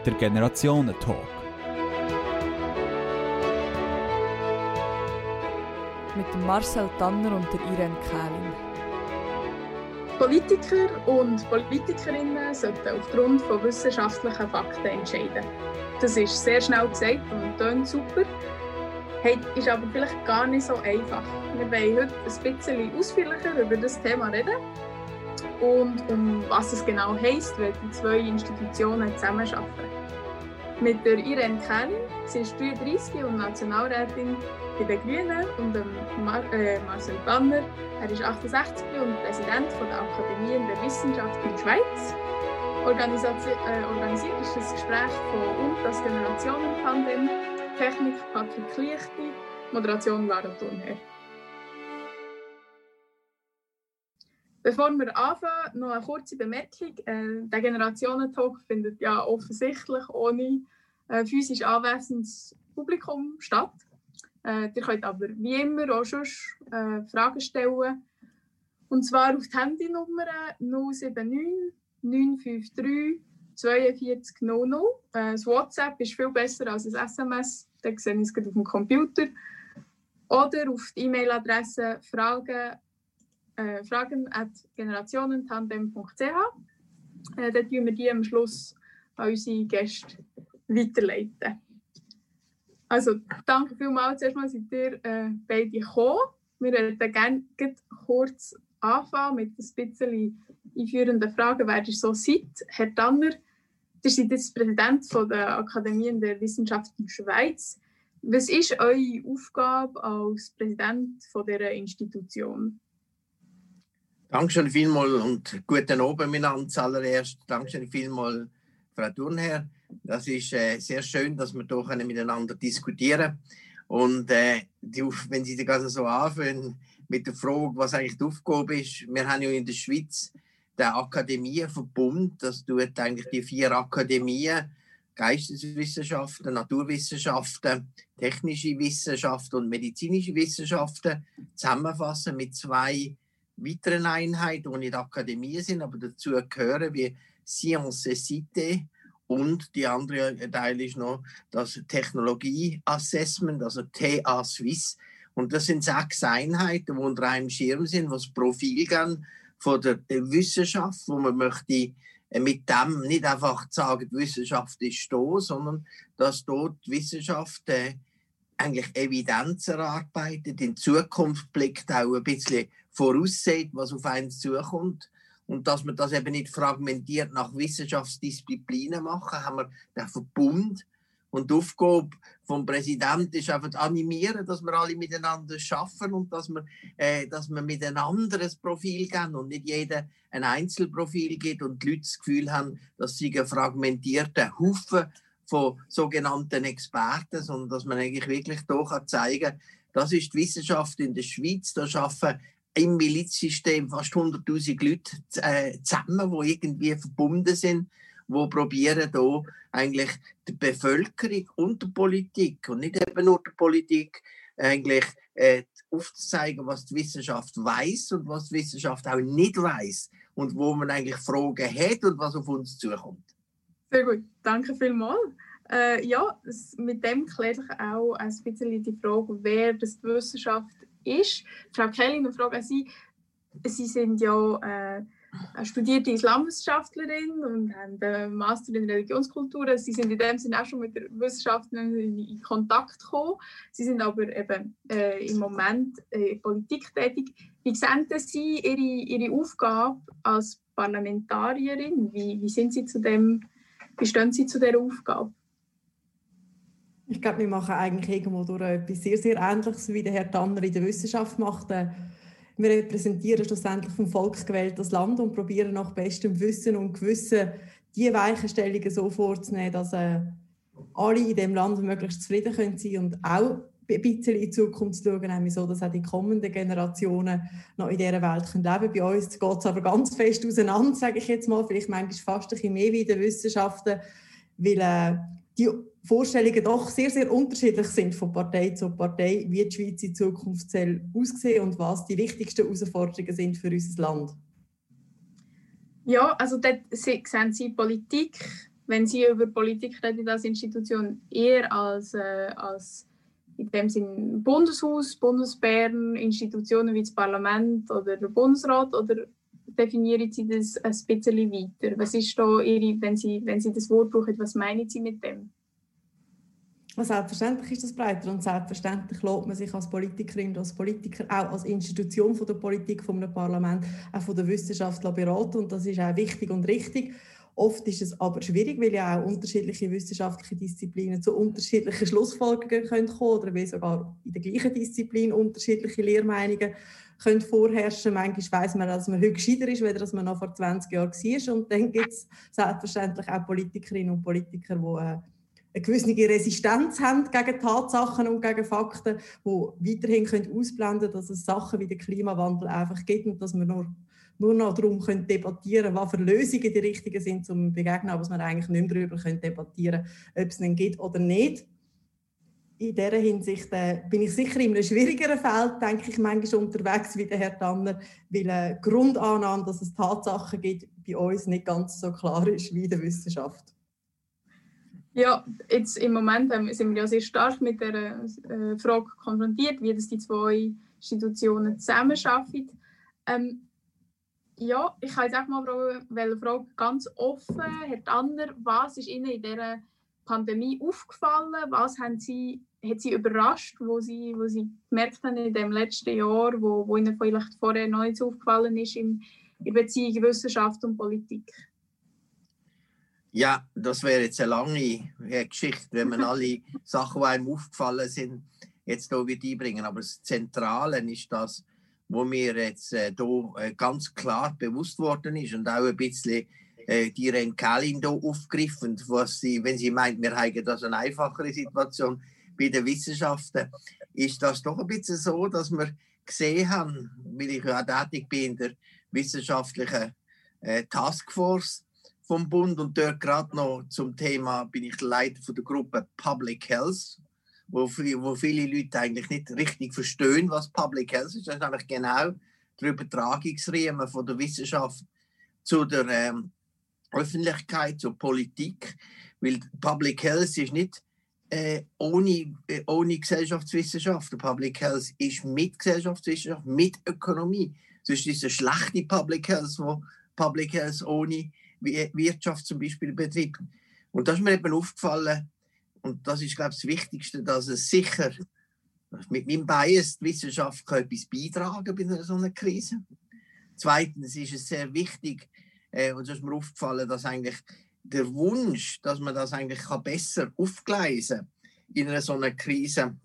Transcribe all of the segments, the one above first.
der Generationen-Talk. Mit dem Marcel Tanner und der Irene Kählin. Politiker und Politikerinnen sollten aufgrund von wissenschaftlichen Fakten entscheiden. Das ist sehr schnell gesagt und klingt super, ist aber vielleicht gar nicht so einfach. Wir wollen heute ein bisschen ausführlicher über das Thema reden und um was es genau heisst, wenn die zwei Institutionen zusammenarbeiten. Mit der Irene Kählin, sie ist 33 und Nationalrätin bei den Grünen, und Marcel Tanner, er ist 68 und Präsident der Akademien der Wissenschaften in der Schweiz. Organisiert ist das Gespräch von und das Generationen-Tandem, Technik Patrick Liechti, Moderation Lara Thurnherr. Bevor wir anfangen, noch eine kurze Bemerkung. Der Generationen-Talk findet ja offensichtlich ohne physisch anwesendes Publikum statt. Ihr könnt aber wie immer auch sonst Fragen stellen. Und zwar auf die Handynummer 079 953 42 00. Das WhatsApp ist viel besser als ein SMS, da sehe ich es gerade auf dem Computer. Oder auf die E-Mail-Adresse fragen@generationentandem.ch. Dann tun wir die am Schluss an unsere Gäste weiterleiten. Also, danke vielmals, erstmal seid ihr beide gekommen. Wir würden gerne kurz anfangen mit ein bisschen einführenden Fragen, wer ihr so seid. Herr Tanner, ihr seid jetzt Präsident der Akademien der Wissenschaften in der Schweiz. Was ist eure Aufgabe als Präsident dieser Institution? Dankeschön vielmals und guten Abend miteinander zuallererst. Dankeschön vielmals, Frau Thurnherr. Das ist sehr schön, dass wir hier miteinander diskutieren können. Und wenn Sie gerade so anfangen mit der Frage, was eigentlich die Aufgabe ist, wir haben ja in der Schweiz den Akademienverbund, das tut eigentlich die 4 Akademien, Geisteswissenschaften, Naturwissenschaften, technische Wissenschaften und medizinische Wissenschaften zusammenfassen mit 2 weiteren Einheiten, die nicht Akademien sind, aber dazu gehören wie Sciences et Cité. Und die andere Teil ist noch das Technologie-Assessment, also TA Suisse. Und das sind 6 Einheiten, die unter einem Schirm sind, die das Profil geben von der Wissenschaft, wo man möchte mit dem nicht einfach sagen, die Wissenschaft ist da, sondern dass dort die Wissenschaft eigentlich Evidenz erarbeitet, in die Zukunft blickt, auch ein bisschen voraussieht, was auf einen zukommt. Und dass man das eben nicht fragmentiert nach Wissenschaftsdisziplinen machen, haben wir den Verbund. Und die Aufgabe vom Präsidenten ist einfach zu animieren, dass wir alle miteinander arbeiten und dass wir miteinander ein Profil geben und nicht jeder ein Einzelprofil gibt und die Leute das Gefühl haben, dass sie ein fragmentierter Haufen von sogenannten Experten, sondern dass man eigentlich wirklich hier zeigen kann, das ist die Wissenschaft in der Schweiz, da arbeiten im Milizsystem fast 100'000 Leute zusammen, die irgendwie verbunden sind, die probieren hier eigentlich die Bevölkerung und die Politik und nicht eben nur die Politik eigentlich aufzuzeigen, was die Wissenschaft weiss und was die Wissenschaft auch nicht weiss und wo man eigentlich Fragen hat und was auf uns zukommt. Sehr gut, danke vielmals. Mit dem klärt sich auch ein bisschen die Frage, wer das die Wissenschaft ist. Frau Kählin, eine Frage an Sie. Sie sind ja studierte Islamwissenschaftlerin und haben einen Master in Religionskultur. Sie sind in dem Sinne auch schon mit der Wissenschaft in Kontakt gekommen. Sie sind aber eben im Moment in Politik tätig. Wie sehen Sie Ihre Aufgabe als Parlamentarierin? Wie stehen Sie zu dieser Aufgabe? Ich glaube, wir machen eigentlich irgendwo durch etwas sehr, sehr Ähnliches, wie der Herr Tanner in der Wissenschaft macht. Wir repräsentieren schlussendlich vom Volk gewählt das Land und probieren nach bestem Wissen und Gewissen die Weichenstellungen so vorzunehmen, dass alle in diesem Land möglichst zufrieden sein können und auch ein bisschen in die Zukunft schauen, nämlich so, dass auch die kommenden Generationen noch in dieser Welt leben können. Bei uns geht es aber ganz fest auseinander, sage ich jetzt mal, vielleicht manchmal fast ein bisschen mehr wie in den Wissenschaften, weil die Vorstellungen doch sehr, sehr unterschiedlich sind von Partei zu Partei, wie die Schweiz in Zukunft soll aussehen und was die wichtigsten Herausforderungen sind für unser Land. Ja, also dort sehen Sie Politik wenn Sie über Politik reden als Institution, eher als in dem Sinn Bundeshaus, Bundesbären, Institutionen wie das Parlament oder der Bundesrat, oder definieren Sie das ein bisschen weiter? Was ist da Ihre, wenn Sie das Wort brauchen, was meinen Sie mit dem? Selbstverständlich ist das breiter und selbstverständlich lässt man sich als Politikerin und als Politiker, auch als Institution von der Politik, von einem Parlament, auch von der Wissenschaft beraten, und das ist auch wichtig und richtig. Oft ist es aber schwierig, weil ja auch unterschiedliche wissenschaftliche Disziplinen zu unterschiedlichen Schlussfolgerungen kommen können oder weil sogar in der gleichen Disziplin unterschiedliche Lehrmeinungen können vorherrschen. Manchmal weiss man, dass man heute gescheiter ist, als man noch vor 20 Jahren war. Und dann gibt es selbstverständlich auch Politikerinnen und Politiker, die eine gewisse Resistenz haben gegen Tatsachen und gegen Fakten, die weiterhin ausblenden können, dass es Sachen wie den Klimawandel einfach gibt und dass wir nur noch darum debattieren können, was für Lösungen die richtigen sind, um zu begegnen, aber dass wir eigentlich nicht mehr darüber debattieren können, ob es einen gibt oder nicht. In dieser Hinsicht bin ich sicher in einem schwierigeren Feld, denke ich, manchmal unterwegs wie der Herr Tanner, weil eine Grundannahme, dass es Tatsachen gibt, bei uns nicht ganz so klar ist wie in der Wissenschaft. Ja, jetzt im Moment sind wir ja sehr stark mit der Frage konfrontiert, wie das die zwei Institutionen zusammenarbeiten. Ja, ich kann jetzt auch mal Frage ganz offen, Herr Tanner, was ist Ihnen in dieser Pandemie aufgefallen? Was hat Sie überrascht, wo Sie gemerkt haben in dem letzten Jahr, wo Ihnen vielleicht vorher noch nicht so aufgefallen ist in Beziehung Wissenschaft und Politik? Ja, das wäre jetzt eine lange Geschichte, wenn man alle Sachen, die einem aufgefallen sind, jetzt hier wieder einbringen. Aber das Zentrale ist das, was mir jetzt hier ganz klar bewusst worden ist und auch ein bisschen die Irene Kälin hier aufgegriffen, wenn sie meint, wir haben da so eine einfachere Situation bei den Wissenschaften, ist das doch ein bisschen so, dass wir gesehen haben, weil ich ja tätig bin in der wissenschaftlichen Taskforce vom Bund und dort gerade noch zum Thema bin ich Leiter von der Gruppe Public Health, wo viele Leute eigentlich nicht richtig verstehen, was Public Health ist. Das ist eigentlich genau der Übertragungsriemen von der Wissenschaft zu der Öffentlichkeit, zur Politik, weil Public Health ist nicht ohne Gesellschaftswissenschaft. Public Health ist mit Gesellschaftswissenschaft, mit Ökonomie. Sonst ist es eine schlechte Public Health, wo Public Health ohne Wirtschaft zum Beispiel betreibt. Und das ist mir eben aufgefallen, und das ist, glaube ich, das Wichtigste, dass es sicher mit meinem Bias die Wissenschaft kann etwas beitragen bei so einer Krise. Zweitens ist es sehr wichtig, und das ist mir aufgefallen, dass eigentlich der Wunsch, dass man das eigentlich besser aufgleisen in einer so einer Krise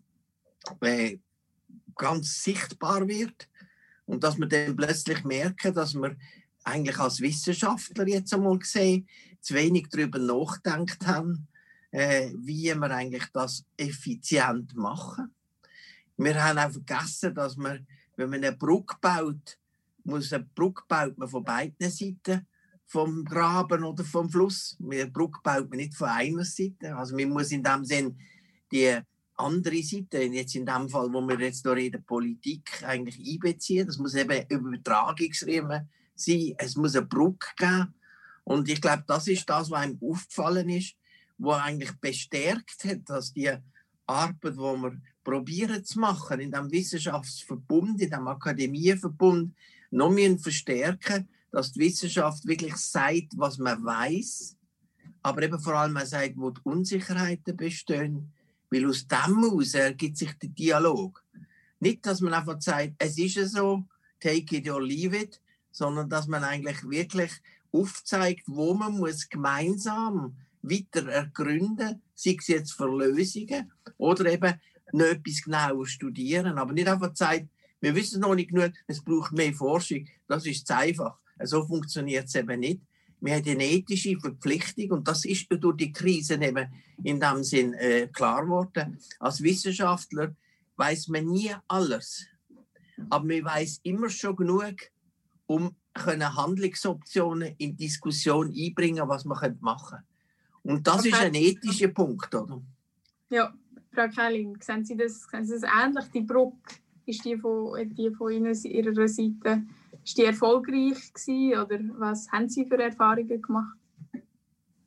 ganz sichtbar wird und dass man dann plötzlich merken, dass man eigentlich als Wissenschaftler jetzt einmal gesehen zu wenig darüber nachgedacht haben, wie wir eigentlich das effizient machen. Wir haben auch vergessen, dass man, wenn man eine Brücke baut, baut man von beiden Seiten vom Graben oder vom Fluss. Eine Brücke baut man nicht von einer Seite. Also man muss in dem Sinn die andere Seite, jetzt in dem Fall, wo wir jetzt hier reden, Politik eigentlich einbeziehen. Das muss eben Übertragungsriemen sein. Es muss eine Brücke geben. Und ich glaube, das ist das, was einem aufgefallen ist, was eigentlich bestärkt hat, dass die Arbeit, die wir probieren zu machen, in diesem Wissenschaftsverbund, in diesem Akademieverbund, noch verstärken, dass die Wissenschaft wirklich sagt, was man weiß, aber eben vor allem sagt, wo die Unsicherheiten bestehen, weil aus dem heraus ergibt sich der Dialog. Nicht, dass man einfach sagt, es ist so, take it or leave it, sondern dass man eigentlich wirklich aufzeigt, wo man muss gemeinsam weiter ergründen, sei es jetzt für Lösungen oder eben noch etwas genauer studieren, aber nicht einfach sagt, wir wissen noch nicht genug, es braucht mehr Forschung, das ist zu einfach. So funktioniert es eben nicht. Wir haben eine ethische Verpflichtung und das ist durch die Krise eben in dem Sinn klar geworden. Als Wissenschaftler weiß man nie alles, aber man weiß immer schon genug, um Handlungsoptionen in die Diskussion einbringen, was man machen könnte. Und das ist ein ethischer Punkt, oder? Ja, Frau Kälin, sehen Sie das ähnlich? Die Brücke, ist die von Ihrer Seite, ist die erfolgreich gewesen, oder was haben Sie für Erfahrungen gemacht?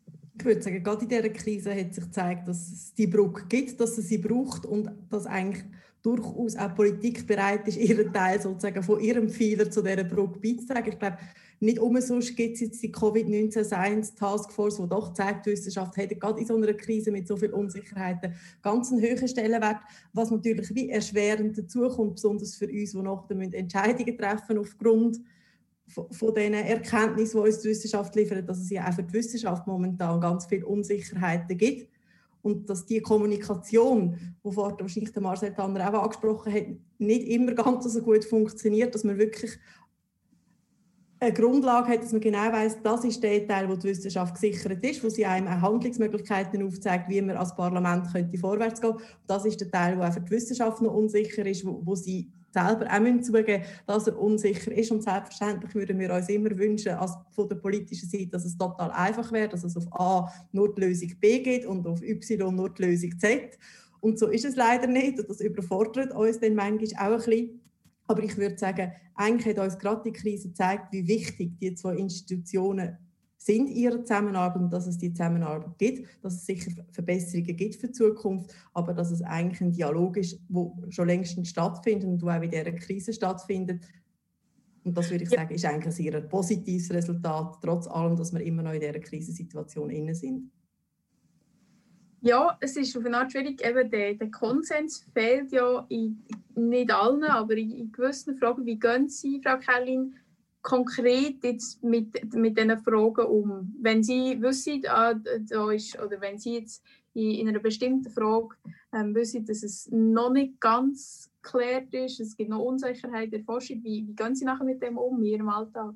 Ich würde sagen, gerade in dieser Krise hat sich gezeigt, dass es die Brücke gibt, dass es sie braucht und dass eigentlich durchaus auch Politik bereit ist, ihren Teil sozusagen von ihrem Pfeiler zu dieser Brücke beizutragen. Ich glaube, nicht umsonst gibt es jetzt die Covid-19 Science Taskforce, die doch zeigt, die Wissenschaft hat gerade in so einer Krise mit so vielen Unsicherheiten ganz einen hohen Stellenwert, was natürlich wie erschwerend dazukommt, besonders für uns, die noch Entscheidungen treffen aufgrund von den Erkenntnissen, die uns die Wissenschaft liefert, dass es ja auch für die Wissenschaft momentan ganz viele Unsicherheiten gibt. Und dass die Kommunikation, die vorhin wahrscheinlich der Marcel Tanner auch angesprochen hat, nicht immer ganz so gut funktioniert, dass man wirklich eine Grundlage hat, dass man genau weiss, das ist der Teil, wo die Wissenschaft gesichert ist, wo sie einem auch Handlungsmöglichkeiten aufzeigt, wie man als Parlament könnte vorwärts gehen. Das ist der Teil, der auch für die Wissenschaft noch unsicher ist, wo sie selber auch zugeben müssen, dass er unsicher ist. Und selbstverständlich würden wir uns immer wünschen, von der politischen Seite, dass es total einfach wäre, dass es auf A nur die Lösung B gibt und auf Y nur die Lösung Z. Und so ist es leider nicht. Und das überfordert uns dann manchmal auch ein bisschen. Aber ich würde sagen, eigentlich hat uns gerade die Krise gezeigt, wie wichtig die zwei Institutionen sind in ihrer Zusammenarbeit und dass es die Zusammenarbeit gibt, dass es sicher Verbesserungen gibt für die Zukunft, aber dass es eigentlich ein Dialog ist, der schon längst stattfindet und der auch in dieser Krise stattfindet. Und das würde ich sagen, ist eigentlich ein sehr positives Resultat, trotz allem, dass wir immer noch in dieser Krisensituation inne sind. Ja, es ist auf eine Art schwierig, eben der Konsens fehlt ja in nicht allen, aber in gewissen Fragen. Wie gehen Sie, Frau Källin, konkret jetzt mit diesen Fragen um? Wenn Sie wissen, da ist, oder wenn Sie jetzt in einer bestimmten Frage wissen, dass es noch nicht ganz geklärt ist, es gibt noch Unsicherheit in der Forschung, wie gehen Sie nachher mit dem um in Ihrem Alltag?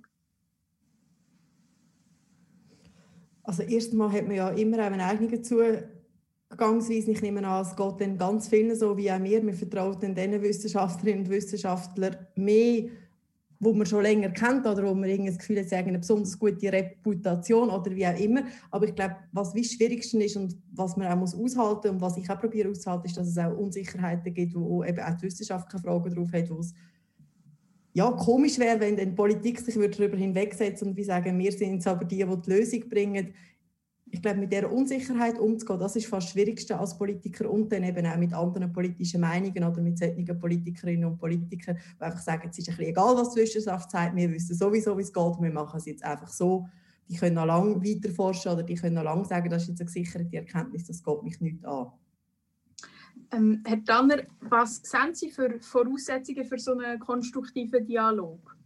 Also erst einmal hat man ja immer auch eine eigene Zugangsweise. Ich nehme an, es geht dann ganz vielen so wie auch mir. Wir vertrauen dann den Wissenschaftlerinnen und Wissenschaftlern mehr, wo man schon länger kennt oder wo man irgendwie das Gefühl hat, sie haben eine besonders gute Reputation oder wie auch immer. Aber ich glaube, was das Schwierigste ist und was man auch aushalten muss und was ich auch probiere auszuhalten, ist, dass es auch Unsicherheiten gibt, wo eben auch die Wissenschaft keine Fragen drauf hat, wo es ja komisch wäre, wenn die Politik sich darüber hinwegsetzt und wir sagen, wir sind es aber die die Lösung bringen. Ich glaube, mit dieser Unsicherheit umzugehen, das ist fast das Schwierigste als Politiker und dann eben auch mit anderen politischen Meinungen oder mit solchen Politikerinnen und Politikern, die einfach sagen, es ist ein bisschen egal, was die Wissenschaft sagt, wir wissen sowieso, wie es geht, wir machen es jetzt einfach so. Die können noch lange weiter forschen oder die können noch lange sagen, das ist jetzt eine gesicherte Erkenntnis, das geht mich nicht an. Herr Tanner, was sehen Sie für Voraussetzungen für so einen konstruktiven Dialog?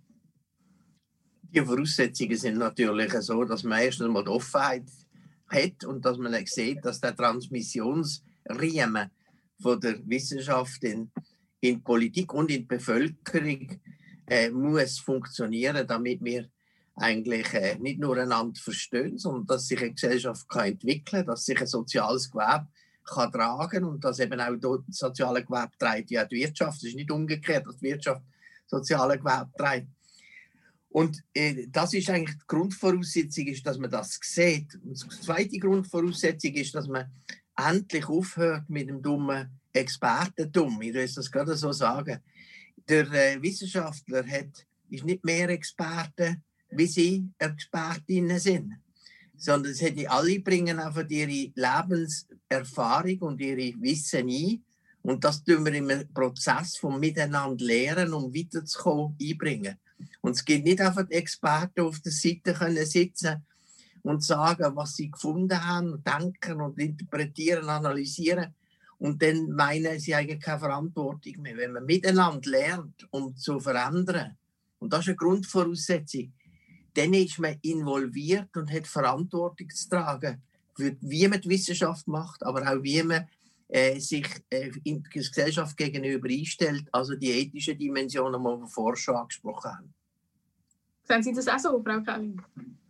Die Voraussetzungen sind natürlich so, dass man erst einmal die Offenheit hat und dass man sieht, dass der Transmissionsriemen von der Wissenschaft in die Politik und in die Bevölkerung muss funktionieren, damit wir eigentlich nicht nur einander verstehen, sondern dass sich eine Gesellschaft kann entwickeln kann, dass sich ein soziales Gewerbe kann tragen und dass eben auch das soziale Gewerbe trägt ja die Wirtschaft. Es ist nicht umgekehrt, dass die Wirtschaft das soziale Gewerbe trägt. Und das ist eigentlich die Grundvoraussetzung, ist, dass man das sieht. Und die zweite Grundvoraussetzung ist, dass man endlich aufhört mit dem dummen Expertentum. Ich muss das gerade so sagen. Der Wissenschaftler ist nicht mehr Experte, wie sie Expertinnen sind, sondern alle bringen einfach ihre Lebenserfahrung und ihre Wissen ein. Und das tun wir im Prozess vom Miteinander lernen, um weiterzukommen, einbringen. Und es gibt nicht einfach die Experten auf der Seite können sitzen und sagen, was sie gefunden haben, denken und interpretieren, analysieren. Und dann meinen sie eigentlich keine Verantwortung mehr. Wenn man miteinander lernt, um zu verändern, und das ist eine Grundvoraussetzung, dann ist man involviert und hat Verantwortung zu tragen, für wie man die Wissenschaft macht, aber auch wie man sich in der Gesellschaft gegenüber einstellt, also die ethischen Dimensionen, die wir vorher schon angesprochen haben. Sehen Sie das auch so, Frau Källin?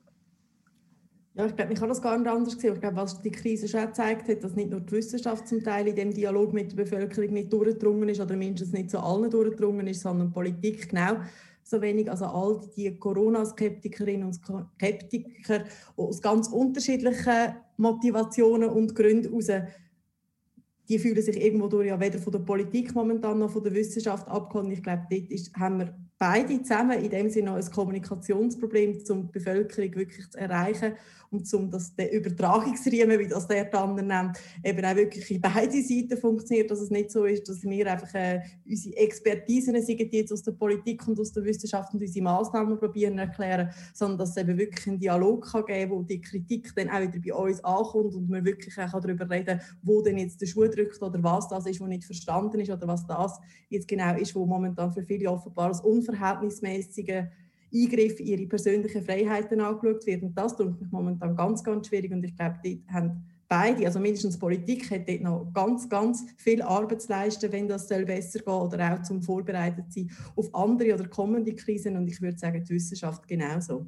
Ja, ich glaube, ich habe das gar nicht anders gesehen. Ich glaube, was die Krise schon gezeigt hat, dass nicht nur die Wissenschaft zum Teil in dem Dialog mit der Bevölkerung nicht durchgedrungen ist oder mindestens nicht zu allen durchgedrungen ist, sondern die Politik genau so wenig. Also all die Corona-Skeptikerinnen und Skeptiker aus ganz unterschiedlichen Motivationen und Gründen heraus, die fühlen sich irgendwo durch ja weder von der Politik momentan noch von der Wissenschaft abgeholt. Ich glaube, dort haben wir beide zusammen in dem Sinne noch ein Kommunikationsproblem, um die Bevölkerung wirklich zu erreichen und um den Übertragungsriemen, wie das der Tanner nennt, eben auch wirklich in beide Seiten funktioniert, dass es nicht so ist, dass wir einfach unsere Expertisen sagen, jetzt aus der Politik und aus der Wissenschaft und unsere Massnahmen probieren erklären, sondern dass es eben wirklich einen Dialog kann geben, wo die Kritik dann auch wieder bei uns ankommt und wir wirklich auch darüber reden, wo denn jetzt der Schuh drückt oder was das ist, was nicht verstanden ist oder was das jetzt genau ist, wo momentan für viele offenbar als unverhältnismäßige Eingriff in ihre persönlichen Freiheiten angeschaut wird. Und das tut mich momentan ganz, ganz schwierig. Und ich glaube, dort haben beide, also mindestens die Politik, hat dort noch ganz, ganz viel Arbeit zu leisten, wenn das besser gehen oder auch zum vorbereitet sein auf andere oder kommende Krisen. Und ich würde sagen, die Wissenschaft genauso.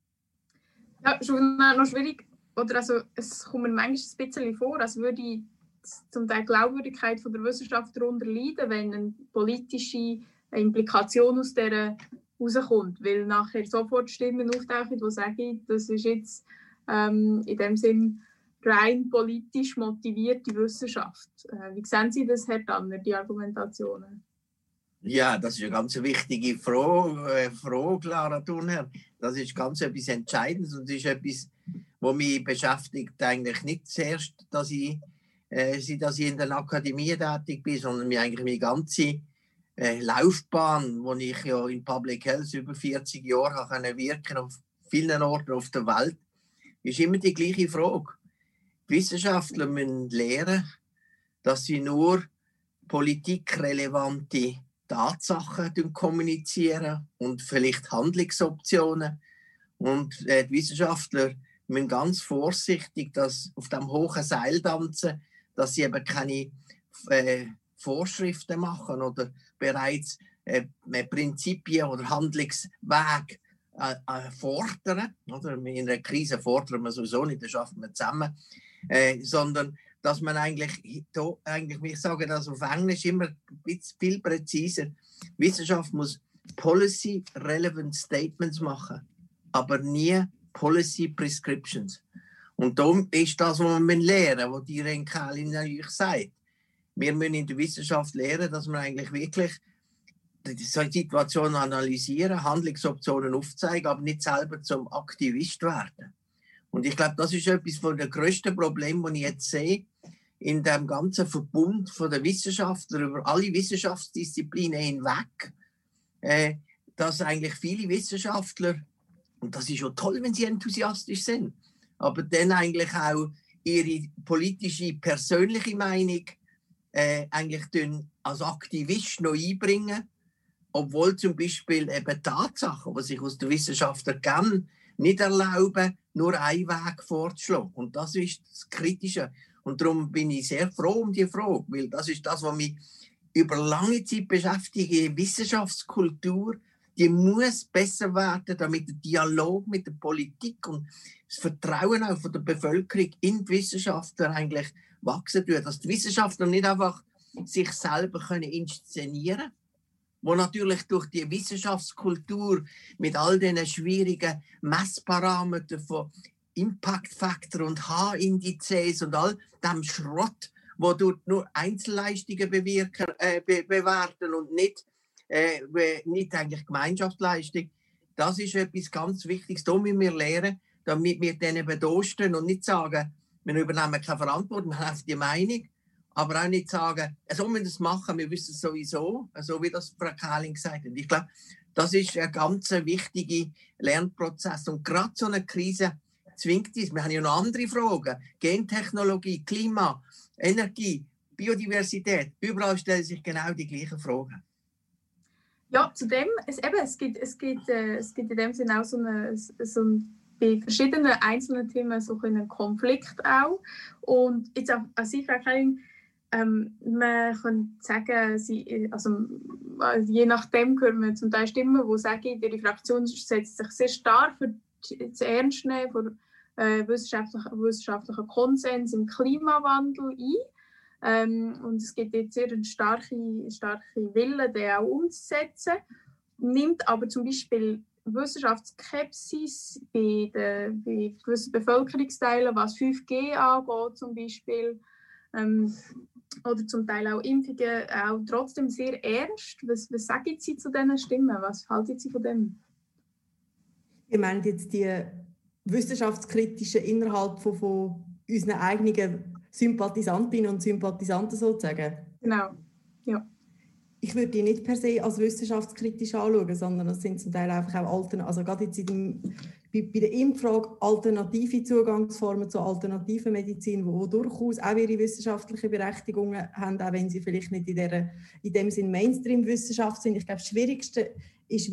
Ja, schon noch schwierig. Oder also, es kommt mir manchmal ein bisschen vor, als würde zum Teil die Glaubwürdigkeit von der Wissenschaft darunter leiden, wenn eine politische Implikation aus dieser rauskommt, weil nachher sofort Stimmen auftauchen, die sagen, das ist jetzt in dem Sinn rein politisch motivierte Wissenschaft. Wie sehen Sie das, Herr Tanner, die Argumentationen? Ja, das ist eine ganz wichtige Frage, Lara Thurnherr. Das ist ganz etwas Entscheidendes und das ist etwas, was mich beschäftigt, eigentlich nicht zuerst, dass ich in der Akademie tätig bin, sondern mir eigentlich meine ganze Laufbahn, wo ich ja in Public Health über 40 Jahre habe wirken auf vielen Orten auf der Welt, ist immer die gleiche Frage. Die Wissenschaftler müssen lernen, dass sie nur politikrelevante Tatsachen kommunizieren und vielleicht Handlungsoptionen. Und die Wissenschaftler müssen ganz vorsichtig auf dem hohen Seil tanzen, dass sie eben keine Vorschriften machen oder bereits Prinzipien oder Handlungswege fordern. Oder in einer Krise fordern wir sowieso nicht, das schaffen wir zusammen. Sondern dass man eigentlich, ich sage das auf Englisch immer ein bisschen viel präziser, Wissenschaft muss Policy-Relevant Statements machen, aber nie Policy Prescriptions. Und darum ist das, was wir lernen, was die Renkalin natürlich sagt. Wir müssen in der Wissenschaft lernen, dass wir eigentlich wirklich die Situation analysieren, Handlungsoptionen aufzeigen, aber nicht selber zum Aktivist werden. Und ich glaube, das ist etwas von den grössten Problemen, die ich jetzt sehe, in dem ganzen Verbund von den Wissenschaftlern über alle Wissenschaftsdisziplinen hinweg, dass eigentlich viele Wissenschaftler, und das ist ja toll, wenn sie enthusiastisch sind, aber dann eigentlich auch ihre politische, persönliche Meinung eigentlich als Aktivist noch einbringen, obwohl zum Beispiel eben Tatsachen, die sich aus der Wissenschaft erkennen, nicht erlauben, nur einen Weg vorzuschlagen. Und das ist das Kritische. Und darum bin ich sehr froh um die Frage, weil das ist das, was mich über lange Zeit beschäftigt. Die Wissenschaftskultur, die muss besser werden, damit der Dialog mit der Politik und das Vertrauen auch von der Bevölkerung in die Wissenschaftler eigentlich wachsen tut. Dass die Wissenschaftler nicht einfach sich selber inszenieren können, wo natürlich durch die Wissenschaftskultur mit all diesen schwierigen Messparametern von Impact Factor und H-Indizes und all dem Schrott, wo dort nur Einzelleistungen bewerten und nicht eigentlich Gemeinschaftsleistung. Das ist etwas ganz Wichtiges. Da müssen wir lernen, damit wir denen bedosten und nicht sagen, wir übernehmen keine Verantwortung, wir haben die Meinung, aber auch nicht sagen, so müssen wir es machen, wir wissen es sowieso, so wie das Frau Kähling gesagt hat. Ich glaube, das ist ein ganz wichtiger Lernprozess. Und gerade so eine Krise zwingt uns, wir haben ja noch andere Fragen, Gentechnologie, Klima, Energie, Biodiversität, überall stellen sich genau die gleichen Fragen. Ja, zudem, es gibt in dem Sinne auch so bei verschiedenen einzelnen Themen so einen Konflikt auch. Und jetzt auch an Sie, Frau Kähling, man kann sagen, je nachdem hören wir zum Teil Stimmen, die sagen, Ihre Fraktion setzt sich sehr stark für das Ernstnehmen von wissenschaftlichen Konsens im Klimawandel ein. Und es gibt jetzt sehr einen starken Willen, den auch umzusetzen, nimmt aber zum Beispiel Wissenschaftsskepsis bei gewissen Bevölkerungsteilen, was 5G angeht zum Beispiel, oder zum Teil auch Impfungen auch trotzdem sehr ernst. Was sagen Sie zu diesen Stimmen? Was halten Sie von dem? Ich meine jetzt die wissenschaftskritischen innerhalb von unseren eigenen Sympathisantinnen und Sympathisanten sozusagen. Genau, ja. Ich würde die nicht per se als wissenschaftskritisch anschauen, sondern das sind zum Teil einfach auch also gerade jetzt bei der Impffrage alternative Zugangsformen zur alternativen Medizin, die durchaus auch ihre wissenschaftlichen Berechtigungen haben, auch wenn sie vielleicht nicht in dem Sinn Mainstream-Wissenschaft sind. Ich glaube, das Schwierigste ist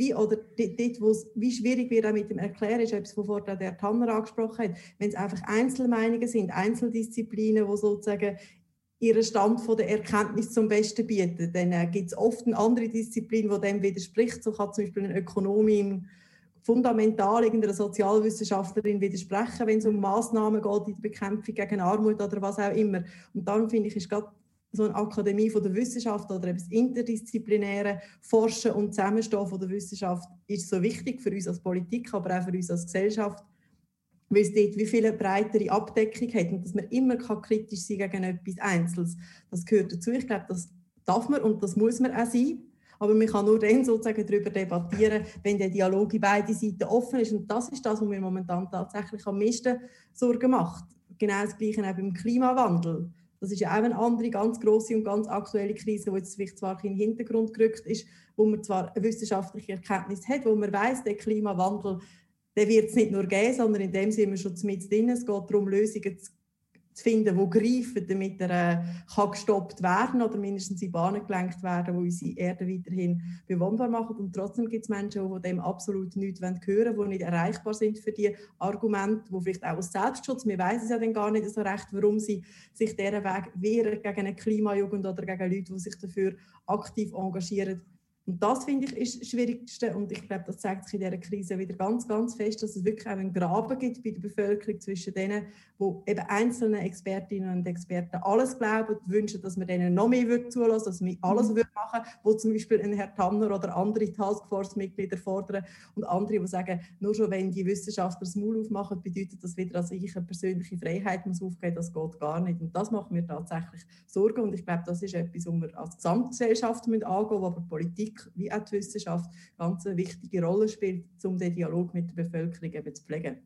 wie schwierig wird auch mit dem Erklären, ist etwas, was vorhin der Tanner angesprochen hat, wenn es einfach Einzelmeinungen sind, Einzeldisziplinen, die sozusagen ihren Stand von der Erkenntnis zum Besten bieten. Dann gibt es oft eine andere Disziplin, die dem widerspricht. So kann zum Beispiel eine Ökonomin fundamental irgendeiner Sozialwissenschaftlerin widersprechen, wenn es um Massnahmen geht, in der Bekämpfung gegen Armut oder was auch immer. Und darum finde ich, ist gerade so eine Akademie von der Wissenschaft oder eben das interdisziplinäre Forschen und Zusammenstehen von der Wissenschaft ist so wichtig für uns als Politik, aber auch für uns als Gesellschaft, weil es dort wie viel breitere Abdeckung hat und dass man immer kritisch sein kann gegen etwas Einzelnes. Das gehört dazu. Ich glaube, das darf man und das muss man auch sein. Aber man kann nur dann sozusagen darüber debattieren, wenn der Dialog in beide Seiten offen ist. Und das ist das, was mir momentan tatsächlich am meisten Sorgen macht. Genau das Gleiche auch beim Klimawandel. Das ist ja auch eine andere, ganz grosse und ganz aktuelle Krise, die jetzt vielleicht zwar in den Hintergrund gerückt ist, wo man zwar eine wissenschaftliche Erkenntnis hat, wo man weiss, der Klimawandel, der wird es nicht nur geben, sondern in dem sind wir schon mit drin. Es geht darum, Lösungen zu finden, die greifen, damit er kann gestoppt werden oder mindestens in Bahnen gelenkt werden, die unsere Erde weiterhin bewohnbar machen. Und trotzdem gibt es Menschen, die dem absolut nichts hören wollen, die nicht erreichbar sind für die Argumente, die vielleicht auch aus Selbstschutz, wir wissen es ja dann gar nicht so recht, warum sie sich diesen Weg wehren gegen eine Klimajugend oder gegen Leute, die sich dafür aktiv engagieren. Und das, finde ich, ist das Schwierigste. Und ich glaube, das zeigt sich in dieser Krise wieder ganz, ganz fest, dass es wirklich auch einen Graben gibt bei der Bevölkerung zwischen denen, die eben einzelnen Expertinnen und Experten alles glauben, wünschen, dass man denen noch mehr zulassen, dass man alles machen würde, wo zum Beispiel ein Herr Tanner oder andere Taskforce-Mitglieder fordern und andere, die sagen, nur schon wenn die Wissenschaftler das Maul aufmachen, bedeutet das wieder, dass ich eine persönliche Freiheit muss aufgeben muss. Das geht gar nicht. Und das macht mir tatsächlich Sorgen. Und ich glaube, das ist etwas, was wir als Gesamtgesellschaft angehen müssen, wo aber Politik wie auch die Wissenschaft ganz eine wichtige Rolle spielt, um den Dialog mit der Bevölkerung eben zu pflegen.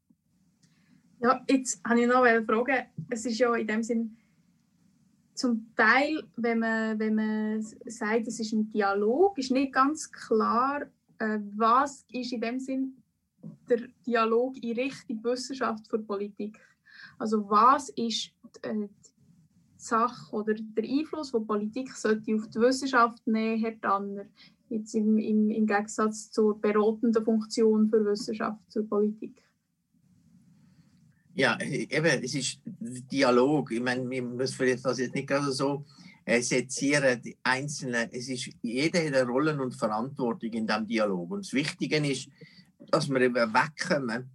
Ja, jetzt habe ich noch eine Frage. Es ist ja in dem Sinn zum Teil, wenn man sagt, es ist ein Dialog, ist nicht ganz klar, was ist in dem Sinn der Dialog in Richtung Wissenschaft für Politik. Also was ist die Sache oder der Einfluss, den Politik sollte auf die Wissenschaft nehmen, Herr Tanner, jetzt im Gegensatz zur beratenden Funktion für Wissenschaft zur Politik? Ja, eben, es ist Dialog. Ich meine, wir müssen vielleicht das jetzt nicht gerade so sezieren, die Einzelnen. Es ist, jeder hat eine Rolle und Verantwortung in diesem Dialog. Und das Wichtige ist, dass wir eben wegkommen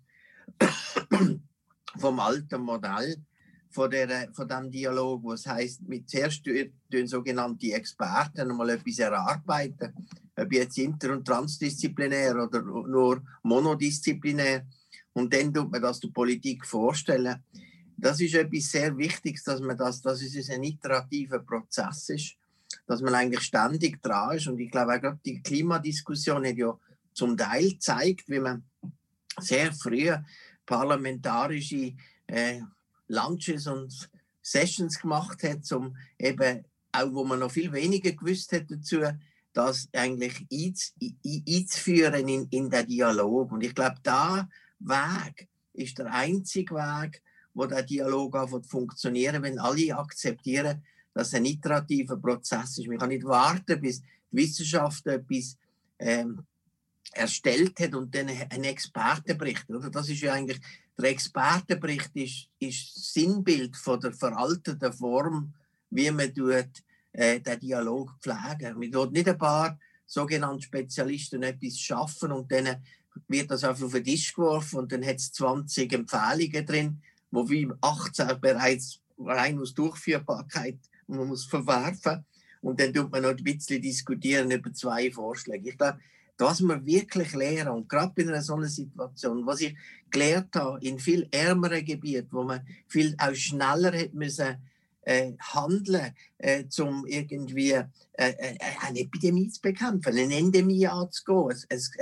vom alten Modell, von diesem Dialog, wo es heisst, zuerst sogenannte Experten mal etwas erarbeiten, ob jetzt inter- und transdisziplinär oder nur monodisziplinär, und dann tut man das der Politik vorstellen. Das ist etwas sehr Wichtiges, dass es ein iterativer Prozess ist, dass man eigentlich ständig dran ist. Und ich glaube auch gerade die Klimadiskussion hat ja zum Teil gezeigt, wie man sehr früh parlamentarische Lunches und Sessions gemacht hat, um eben, auch wo man noch viel weniger gewusst hat dazu, das eigentlich einzuführen in den Dialog. Und ich glaube, der Weg ist der einzige Weg, wo der Dialog funktionieren, wenn alle akzeptieren, dass es ein iterativer Prozess ist. Man kann nicht warten, bis die Wissenschaft etwas erstellt hat und dann ein Expertenbericht. Oder? Das ist ja eigentlich, der Expertenbericht ist Sinnbild von der veralteten Form, wie man den Dialog pflegen. Man tut nicht ein paar sogenannte Spezialisten etwas schaffen und dann wird das auf den Tisch geworfen und dann hat es 20 Empfehlungen drin, wo wie 18 bereits rein aus Durchführbarkeit man muss verwerfen, und dann tut man noch ein bisschen diskutieren über 2 Vorschläge. Ich glaube, was wir wirklich lernen, und gerade in einer solchen Situation, was ich gelernt habe, in viel ärmeren Gebieten, wo man viel auch schneller hätte müssen handeln, um irgendwie eine Epidemie zu bekämpfen, eine Endemie anzugehen,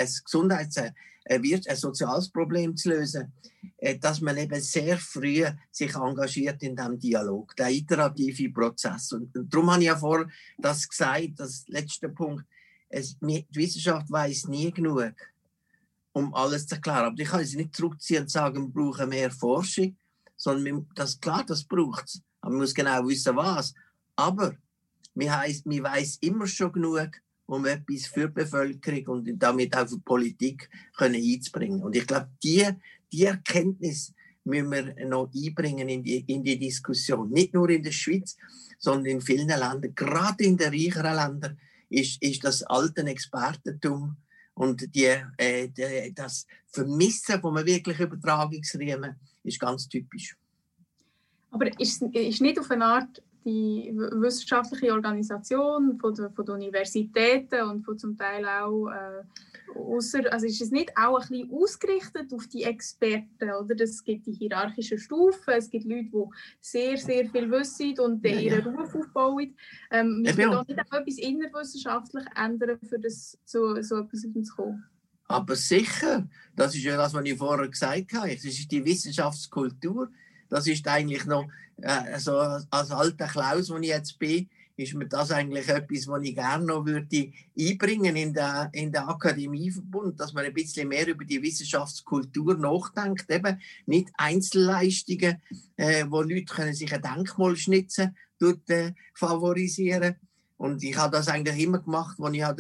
ein soziales Problem zu lösen, dass man eben sehr früh sich engagiert in diesem Dialog, der iterative Prozess. Und darum habe ich ja vorher das gesagt, das letzte Punkt, die Wissenschaft weiss nie genug, um alles zu erklären. Aber ich kann sie nicht zurückziehen und sagen, wir brauchen mehr Forschung, sondern das braucht es. Aber man muss genau wissen, was. Aber man weiss immer schon genug, um etwas für die Bevölkerung und damit auch für die Politik einzubringen. Und ich glaube, die Erkenntnis müssen wir noch einbringen in die Diskussion. Nicht nur in der Schweiz, sondern in vielen Ländern. Gerade in den reicheren Ländern ist das alte Expertentum und das Vermissen von einem wirklich Übertragungsriemen ist ganz typisch. Aber ist nicht auf eine Art die wissenschaftliche Organisation von den Universitäten und von zum Teil auch also ist es nicht auch ein bisschen ausgerichtet auf die Experten, oder? Es gibt die hierarchischen Stufen, es gibt Leute, die sehr, sehr viel wissen und ihren Ruf aufbauen. Müssen wir da nicht auch etwas innerwissenschaftlich ändern, für das so etwas zu kommen? Aber sicher, das ist ja das, was ich vorher gesagt habe. Das ist die Wissenschaftskultur. Das ist eigentlich noch, also als alter Klaus, wo ich jetzt bin, ist mir das eigentlich etwas, was ich gerne noch würde einbringen in der Akademieverbund, dass man ein bisschen mehr über die Wissenschaftskultur nachdenkt. Eben nicht Einzelleistungen, wo Leute können sich ein Denkmal schnitzen durch favorisieren. Und ich habe das eigentlich immer gemacht, als ich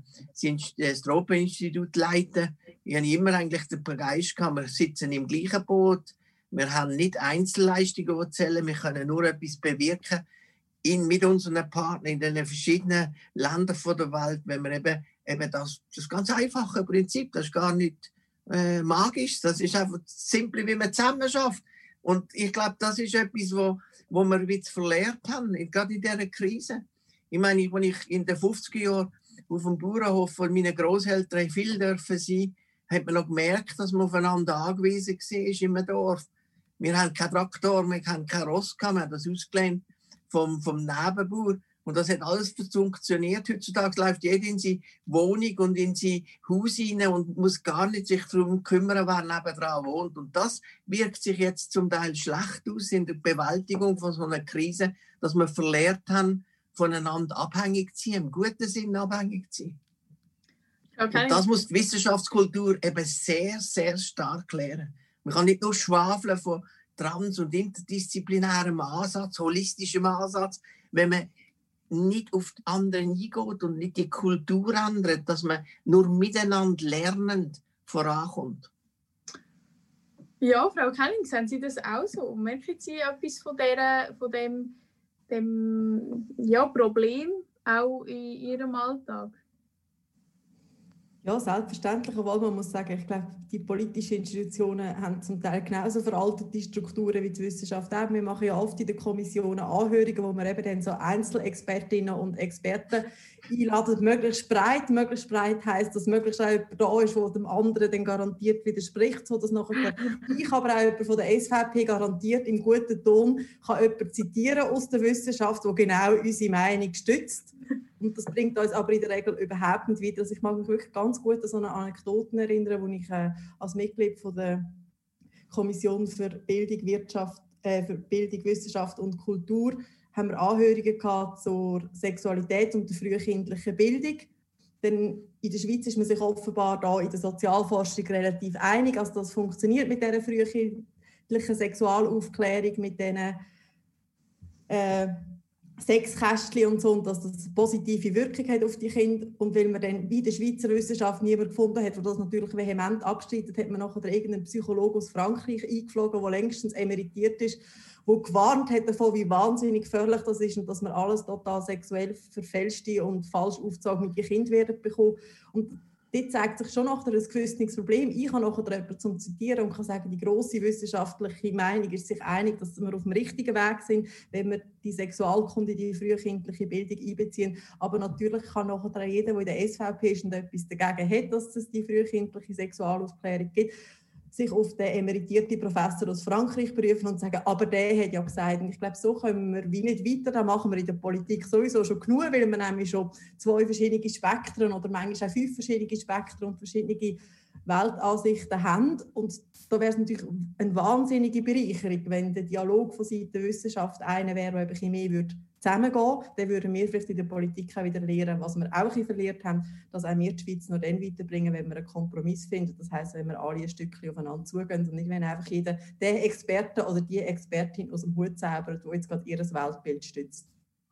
das Tropeninstitut leiten. Ich habe immer eigentlich den Geist gehabt, wir sitzen im gleichen Boot. Wir haben nicht Einzelleistungen, die zählen. Wir können nur etwas bewirken mit unseren Partnern in den verschiedenen Ländern der Welt, wenn wir eben das ganz einfache Prinzip, das ist gar nicht magisch, das ist einfach simpel, wie man zusammen schafft. Und ich glaube, das ist etwas, wo wir jetzt verlernt haben, gerade in dieser Krise. Ich meine, als ich in den 50er Jahren auf dem Bauernhof von meinen Großeltern viel dürfen sein, hat man noch gemerkt, dass man aufeinander angewiesen war im Dorf. Wir haben keinen Traktor, wir haben kein Ross, wir haben das ausgelernt vom Nebenbauer. Und das hat alles funktioniert. Heutzutage läuft jeder in seine Wohnung und in sein Haus rein und muss gar nicht sich darum kümmern, wer nebendran wohnt. Und das wirkt sich jetzt zum Teil schlecht aus in der Bewältigung von so einer Krise, dass wir verlernt haben, voneinander abhängig zu sein, im guten Sinn abhängig zu sein. Okay. Und das muss die Wissenschaftskultur eben sehr, sehr stark lernen. Man kann nicht nur schwafeln von trans- und interdisziplinärem Ansatz, holistischem Ansatz, wenn man nicht auf die anderen eingeht und nicht die Kultur ändert, dass man nur miteinander lernend vorankommt. Ja, Frau Kelling, sehen Sie das auch so? Merken Sie etwas von dem Problem auch in Ihrem Alltag? Ja, selbstverständlich, obwohl man muss sagen, ich glaube, die politischen Institutionen haben zum Teil genauso veraltete Strukturen wie die Wissenschaft auch. Wir machen ja oft in den Kommissionen Anhörungen, wo wir eben dann so Einzelexpertinnen und Experten einladen, möglichst breit heisst, dass möglichst auch jemand da ist, der dem anderen dann garantiert widerspricht, sodass nachher ich, aber auch jemand von der SVP garantiert im guten Ton kann jemanden zitieren aus der Wissenschaft, der genau unsere Meinung stützt. Und das bringt uns aber in der Regel überhaupt nicht weiter. Also ich mag mich wirklich ganz gut an so eine Anekdoten erinnern, wo ich als Mitglied von der Kommission für Bildung, Wissenschaft und Kultur haben wir Anhörungen gehabt zur Sexualität und der frühkindlichen Bildung. Denn in der Schweiz ist man sich offenbar da in der Sozialforschung relativ einig, also das funktioniert mit dieser frühkindlichen Sexualaufklärung, mit diesen Sexkästchen und so, und dass das eine positive Wirkung hat auf die Kinder. Und weil man dann wie in der Schweizer Wissenschaft niemand gefunden hat, der das natürlich vehement abgestreitet hat, man nachher irgendeinen Psychologen aus Frankreich eingeflogen, der längstens emeritiert ist, der gewarnt hat davon, wie wahnsinnig gefährlich das ist und dass man alles total sexuell verfälschte und falsch aufgezogene Kinder werden bekommen. Und dort zeigt sich schon nachher ein gewisses Problem. Ich habe nachher jemanden zum Zitieren und kann sagen, die grosse wissenschaftliche Meinung ist sich einig, dass wir auf dem richtigen Weg sind, wenn wir die Sexualkunde, die frühkindliche Bildung einbeziehen. Aber natürlich kann nachher jeder, der in der SVP ist und etwas dagegen hat, dass es die frühkindliche Sexualaufklärung gibt, sich auf den emeritierten Professor aus Frankreich berufen und sagen, aber der hat ja gesagt, und ich glaube, so kommen wir wie nicht weiter, da machen wir in der Politik sowieso schon genug, weil wir nämlich schon 2 verschiedene Spektren oder manchmal auch 5 verschiedene Spektren und verschiedene Weltansichten haben. Und da wäre es natürlich eine wahnsinnige Bereicherung, wenn der Dialog von Seiten der Wissenschaft einer wäre, der ein bisschen mehr zusammengehen würde. Dann würden wir vielleicht in der Politik auch wieder lernen, was wir auch ein bisschen verlernt haben, dass auch wir die Schweiz nur dann weiterbringen, wenn wir einen Kompromiss finden. Das heisst, wenn wir alle ein Stückchen aufeinander zugehen und nicht, wenn einfach jeder der Experte oder die Expertin aus dem Hut zaubert, die jetzt gerade ihr Weltbild stützt.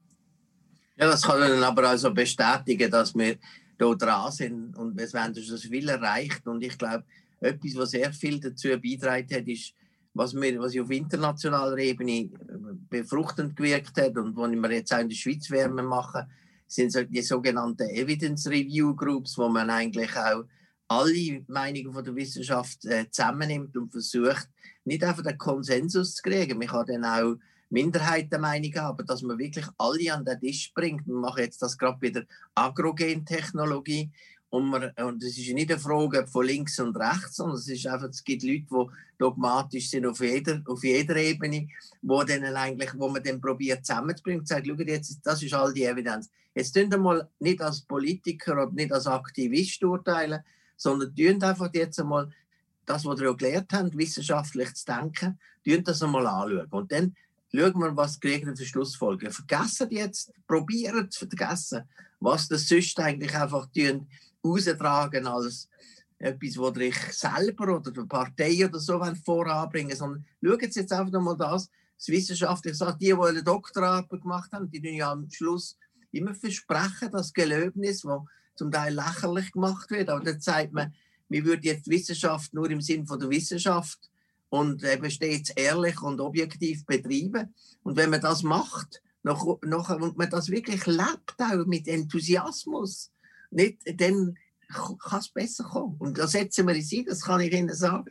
Ja, das kann ich aber also bestätigen, dass wir da dran sind und es werden das viel erreicht. Und ich glaube, etwas, was sehr viel dazu beigetragen hat, ist, was auf internationaler Ebene befruchtend gewirkt hat und was wir jetzt auch in der Schweiz werden machen, sind die sogenannten Evidence Review Groups, wo man eigentlich auch alle Meinungen von der Wissenschaft zusammennimmt und versucht, nicht einfach den Konsensus zu kriegen. Man kann dann auch Minderheitenmeinungen haben, aber dass man wirklich alle an den Tisch bringt. Wir machen jetzt das gerade bei der Agrogentechnologie. Und es ist nicht eine Frage von links und rechts, sondern es ist einfach, es gibt Leute, die dogmatisch sind auf jeder Ebene, wo man dann probiert zusammenzubringen und sagt, schau jetzt, das ist all die Evidenz. Jetzt tun wir mal nicht als Politiker oder nicht als Aktivist urteilen, sondern tun einfach jetzt einmal das, was wir gelernt haben, wissenschaftlich zu denken, tun das einmal anschauen. Und dann schauen wir, was kriegen wir für Schlussfolgerungen. Vergessen jetzt, probieren zu vergessen, was das sonst eigentlich einfach austragen als etwas, was ich selber oder die Partei oder so voranbringen wollen, sondern schauen Sie jetzt einfach nochmal das wissenschaftlich sagt, die eine Doktorarbeit gemacht haben, die ja am Schluss immer versprechen, das Gelöbnis, das zum Teil lächerlich gemacht wird, aber dann sagt man, wir würden jetzt Wissenschaft nur im Sinn von der Wissenschaft und eben stets ehrlich und objektiv betreiben. Und wenn man das macht, und man das wirklich lebt, auch mit Enthusiasmus, nicht, dann kann es besser kommen. Und da setzen wir uns ein, das kann ich Ihnen sagen.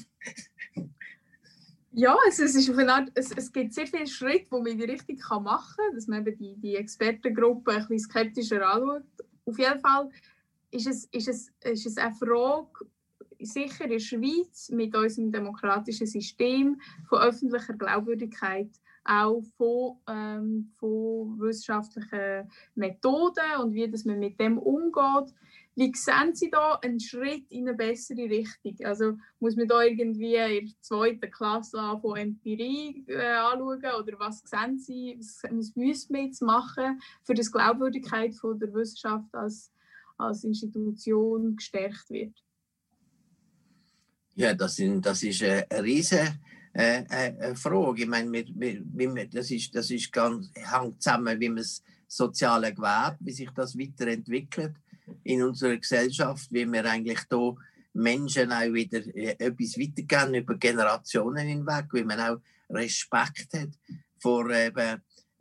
Ja, es gibt sehr viele Schritte, die man in die Richtung machen kann, dass man eben die Expertengruppe ein bisschen skeptischer anschaut. Auf jeden Fall ist es eine Frage, sicher in der Schweiz mit unserem demokratischen System von öffentlicher Glaubwürdigkeit, auch von wissenschaftlichen Methoden und wie dass man mit dem umgeht. Wie sehen Sie da einen Schritt in eine bessere Richtung? Also muss man da irgendwie in der 2. Klasse von Empirie anschauen? Oder was sehen Sie, was müssen wir jetzt machen, für die Glaubwürdigkeit von der Wissenschaft als Institution gestärkt wird? Ja, das ist eine riesige Frage. Ich meine, das ist ganz, hängt zusammen, wie man das soziale Gewerbe, wie sich das weiterentwickelt in unserer Gesellschaft, wie wir eigentlich da Menschen auch wieder etwas weitergeben über Generationen hinweg, wie man auch Respekt hat vor der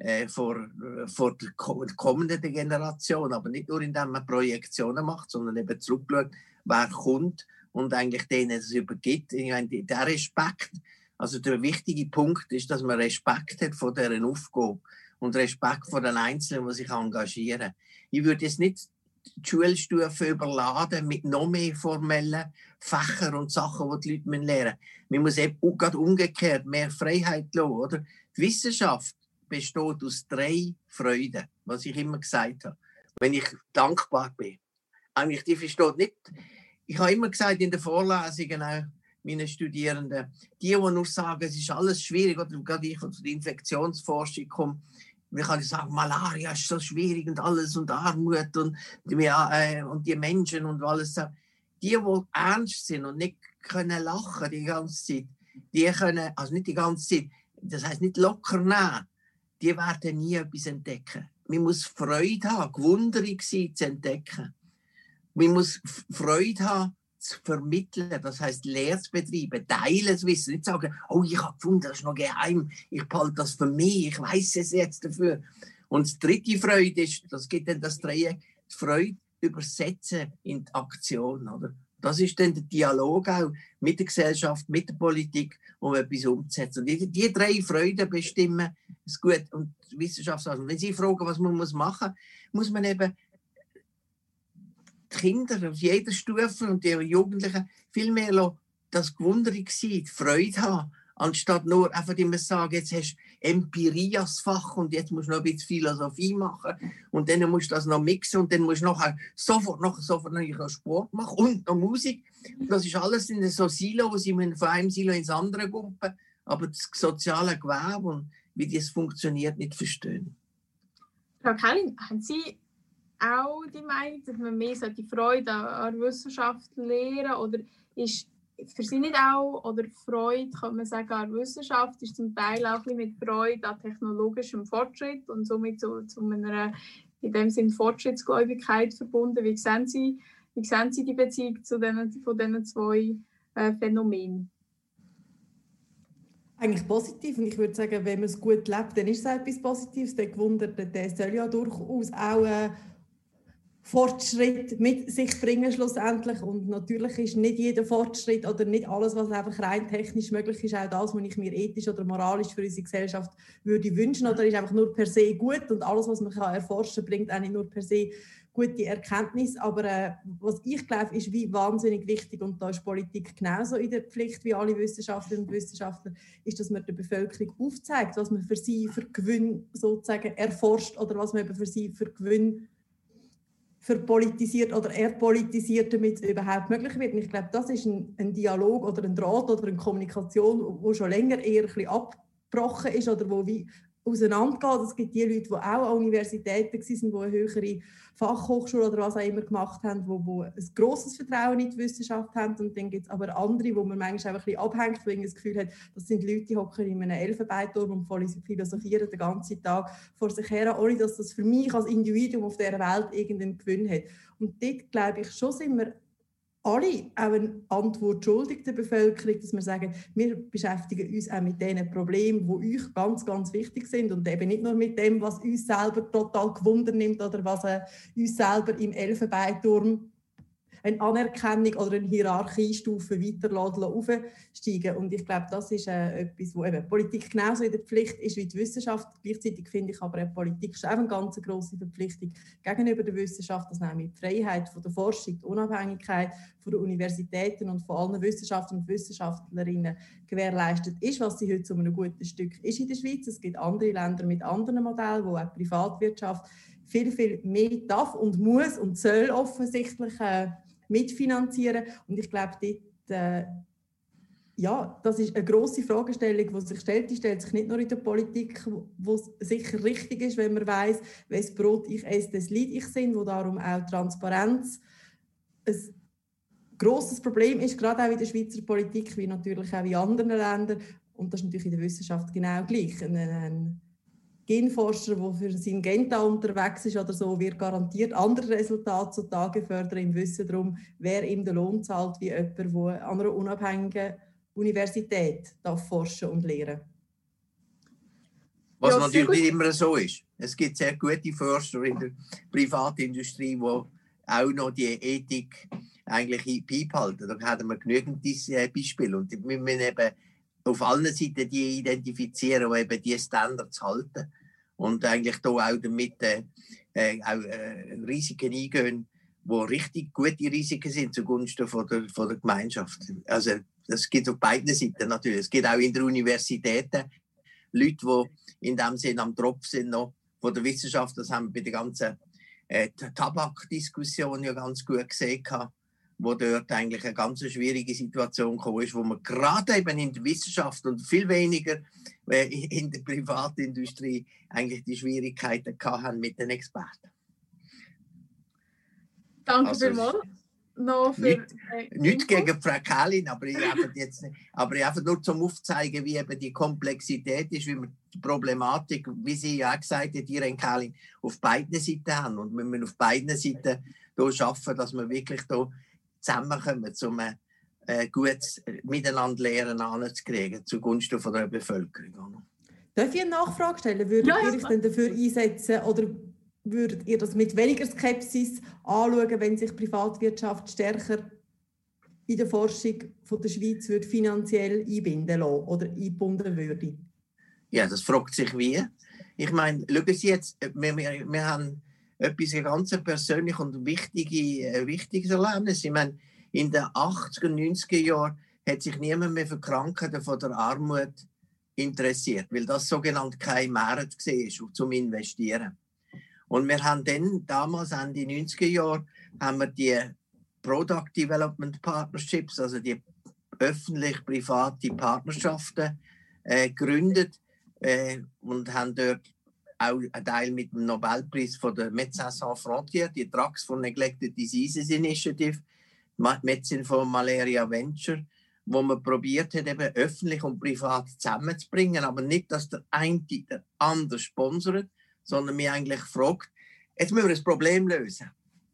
kommenden Generation, aber nicht nur indem man Projektionen macht, sondern eben zurückschaut, wer kommt und eigentlich denen es übergibt. Ich meine, der Respekt, also der wichtige Punkt ist, dass man Respekt hat vor deren Aufgabe und Respekt vor den Einzelnen, die sich engagieren. Ich würde jetzt nicht die Schulstufe überladen mit noch mehr formellen Fächern und Sachen, die Leute lernen müssen. Man muss eben gerade umgekehrt mehr Freiheit lassen, oder? Die Wissenschaft besteht aus 3 Freuden, was ich immer gesagt habe, wenn ich dankbar bin. Eigentlich, die versteht nicht. Ich habe immer gesagt in den Vorlesungen auch meinen Studierenden, die nur sagen, es ist alles schwierig, oder gerade ich aus der Infektionsforschung komme, wir können sagen, Malaria ist so schwierig und alles und Armut und die Menschen und alles. Die ernst sind und nicht können lachen die ganze Zeit, die können, also nicht die ganze Zeit, das heisst nicht locker nehmen, die werden nie etwas entdecken. Man muss Freude haben, gewundert sein zu entdecken. Man muss Freude haben, zu vermitteln, das heisst Lehre zu betreiben, teilen das Wissen, nicht sagen, oh, ich habe gefunden, das ist noch geheim, ich behalte das für mich, ich weiss es jetzt dafür. Und die 3. Freude ist, das gibt dann das Dreieck, die Freude übersetzen in die Aktion, oder? Das ist dann der Dialog auch mit der Gesellschaft, mit der Politik, um etwas umzusetzen. Und die 3 Freuden bestimmen es gut. Und die Wissenschaft sagt, wenn Sie fragen, was man machen muss man eben die Kinder auf jeder Stufe und die Jugendlichen viel mehr das Gewundere sein, die Freude haben, anstatt nur einfach immer sagen, jetzt hast du Empirie als Fach und jetzt musst du noch ein bisschen Philosophie machen und dann musst du das noch mixen und dann musst du nachher sofort noch Sport machen und noch Musik. Das ist alles in so Silos, sie müssen von einem Silo ins andere gumpen, aber das soziale Gewerbe und wie das funktioniert, nicht verstehen. Frau Kellin, haben Sie auch die Meinung, dass man mehr die Freude an der Wissenschaft lehren oder ist für Sie nicht auch, oder Freude, kann man sagen, an der Wissenschaft ist zum Teil auch ein bisschen mit Freude an technologischem Fortschritt und somit zu einer in dem Sinne Fortschrittsgläubigkeit verbunden. Wie sehen Sie die Beziehung von diesen zwei Phänomenen? Eigentlich positiv. Und ich würde sagen, wenn man es gut lebt, dann ist es auch etwas Positives. Der Gewunderte, der soll ja durchaus auch Fortschritt mit sich bringen schlussendlich. Und natürlich ist nicht jeder Fortschritt oder nicht alles, was einfach rein technisch möglich ist, auch das, was ich mir ethisch oder moralisch für unsere Gesellschaft würde wünschen, oder ist einfach nur per se gut. Und alles, was man erforschen kann, bringt auch nicht nur per se gute Erkenntnis. Aber was ich glaube, ist wie wahnsinnig wichtig, und da ist Politik genauso in der Pflicht wie alle Wissenschaftlerinnen und Wissenschaftler, ist, dass man der Bevölkerung aufzeigt, was man für sie für Gewinn sozusagen erforscht oder was man eben für sie für Gewinn verpolitisiert oder erpolitisiert, damit es überhaupt möglich wird. Und ich glaube, das ist ein Dialog oder ein Draht oder eine Kommunikation, die schon länger eher ein bisschen abgebrochen ist oder wo wie auseinandergeht. Es gibt die Leute, die auch an Universitäten waren, die eine höhere Fachhochschule oder was auch immer gemacht haben, die ein grosses Vertrauen in die Wissenschaft haben. Und dann gibt es aber andere, wo man manchmal einfach ein bisschen abhängt, weil man das Gefühl hat, das sind Leute, die hocken in einem Elfenbeinturm und philosophieren den ganzen Tag vor sich her, ohne dass das für mich als Individuum auf dieser Welt irgendeinen Gewinn hat. Und dort, glaube ich, schon sind wir alle auch eine Antwort schuldig der Bevölkerung, dass wir sagen, wir beschäftigen uns auch mit diesen Problemen, die euch ganz, ganz wichtig sind und eben nicht nur mit dem, was uns selber total gewundert nimmt oder was uns selber im Elfenbeinturm eine Anerkennung oder eine Hierarchiestufe weiter aufsteigen. Und ich glaube, das ist etwas, wo eben Politik genauso in der Pflicht ist wie die Wissenschaft. Gleichzeitig finde ich aber, Politik ist auch eine ganz grosse Verpflichtung gegenüber der Wissenschaft, dass nämlich die Freiheit von der Forschung, die Unabhängigkeit von den Universitäten und von allen Wissenschaftlern und Wissenschaftlerinnen gewährleistet ist, was sie heute zu einem guten Stück ist in der Schweiz. Es gibt andere Länder mit anderen Modellen, wo auch die Privatwirtschaft viel, viel mehr darf und muss und soll offensichtlich mitfinanzieren. Und ich glaube, dort, ja, das ist eine grosse Fragestellung, die sich stellt. Die stellt sich nicht nur in der Politik, wo es sicher richtig ist, wenn man weiss, welches Brot ich esse, das Lied ich singe, wo darum auch Transparenz ein grosses Problem ist, gerade auch in der Schweizer Politik, wie natürlich auch in anderen Ländern. Und das ist natürlich in der Wissenschaft genau gleich. Ein Genforscher, der für sein Genta unterwegs ist oder so, wird garantiert andere Resultate zutage fördern im Wissen darum, wer ihm den Lohn zahlt, wie jemand, der an einer unabhängigen Universität forschen und lehren darf. Was ja, natürlich nicht immer so ist. Es gibt sehr gute Forscher in der Privatindustrie, die auch noch die Ethik eigentlich beibehalten. Da haben wir genügend Beispiele. Und wir müssen eben auf allen Seiten die identifizieren, die eben diese Standards halten und eigentlich da auch damit Risiken eingehen, die richtig gute Risiken sind zugunsten von der Gemeinschaft. Also das gibt auf beiden Seiten natürlich. Es gibt auch in der Universitäten Leute, die in dem Sinne am Tropf sind noch von der Wissenschaft. Das haben wir bei der ganzen Tabakdiskussion ja ganz gut gesehen, wo dort eigentlich eine ganz schwierige Situation gekommen ist, wo man gerade eben in der Wissenschaft und viel weniger in der Privatindustrie eigentlich die Schwierigkeiten hatten mit den Experten. Danke vielmals. Nicht gegen Frau Kellin, aber einfach nur zum Aufzeigen, wie eben die Komplexität ist, wie wir die Problematik, wie Sie ja auch gesagt haben, Irene Kellin, auf beiden Seiten haben. Und wir müssen auf beiden Seiten hier schaffen, dass wir wirklich hier zusammenkommen, um gutes Miteinander anzukriegen, zugunsten von der Bevölkerung. Darf ich eine Nachfrage stellen? Würdet ihr euch denn dafür einsetzen oder würdet ihr das mit weniger Skepsis anschauen, wenn sich Privatwirtschaft stärker in der Forschung von der Schweiz würde finanziell einbinden lassen oder eingebunden würde? Ja, das fragt sich wie. Ich meine, schauen Sie jetzt, wir haben etwas ganz persönlich und wichtiges Erlebnis. Ich meine, in den 80er, 90er Jahren hat sich niemand mehr für die Krankheiten von der Armut interessiert, weil das sogenannte kein Markt war zum Investieren. Und wir haben dann damals, Ende 90er Jahre, haben wir die Product Development Partnerships, also die öffentlich-private Partnerschaften gegründet und haben dort auch einen Teil mit dem Nobelpreis von der Médecins Sans Frontières, die Drugs for Neglected Diseases Initiative, Medicine for Malaria Venture, wo man probiert hat, eben öffentlich und privat zusammenzubringen, aber nicht, dass der eine den anderen sponsert, sondern wir eigentlich fragt, jetzt müssen wir das Problem lösen.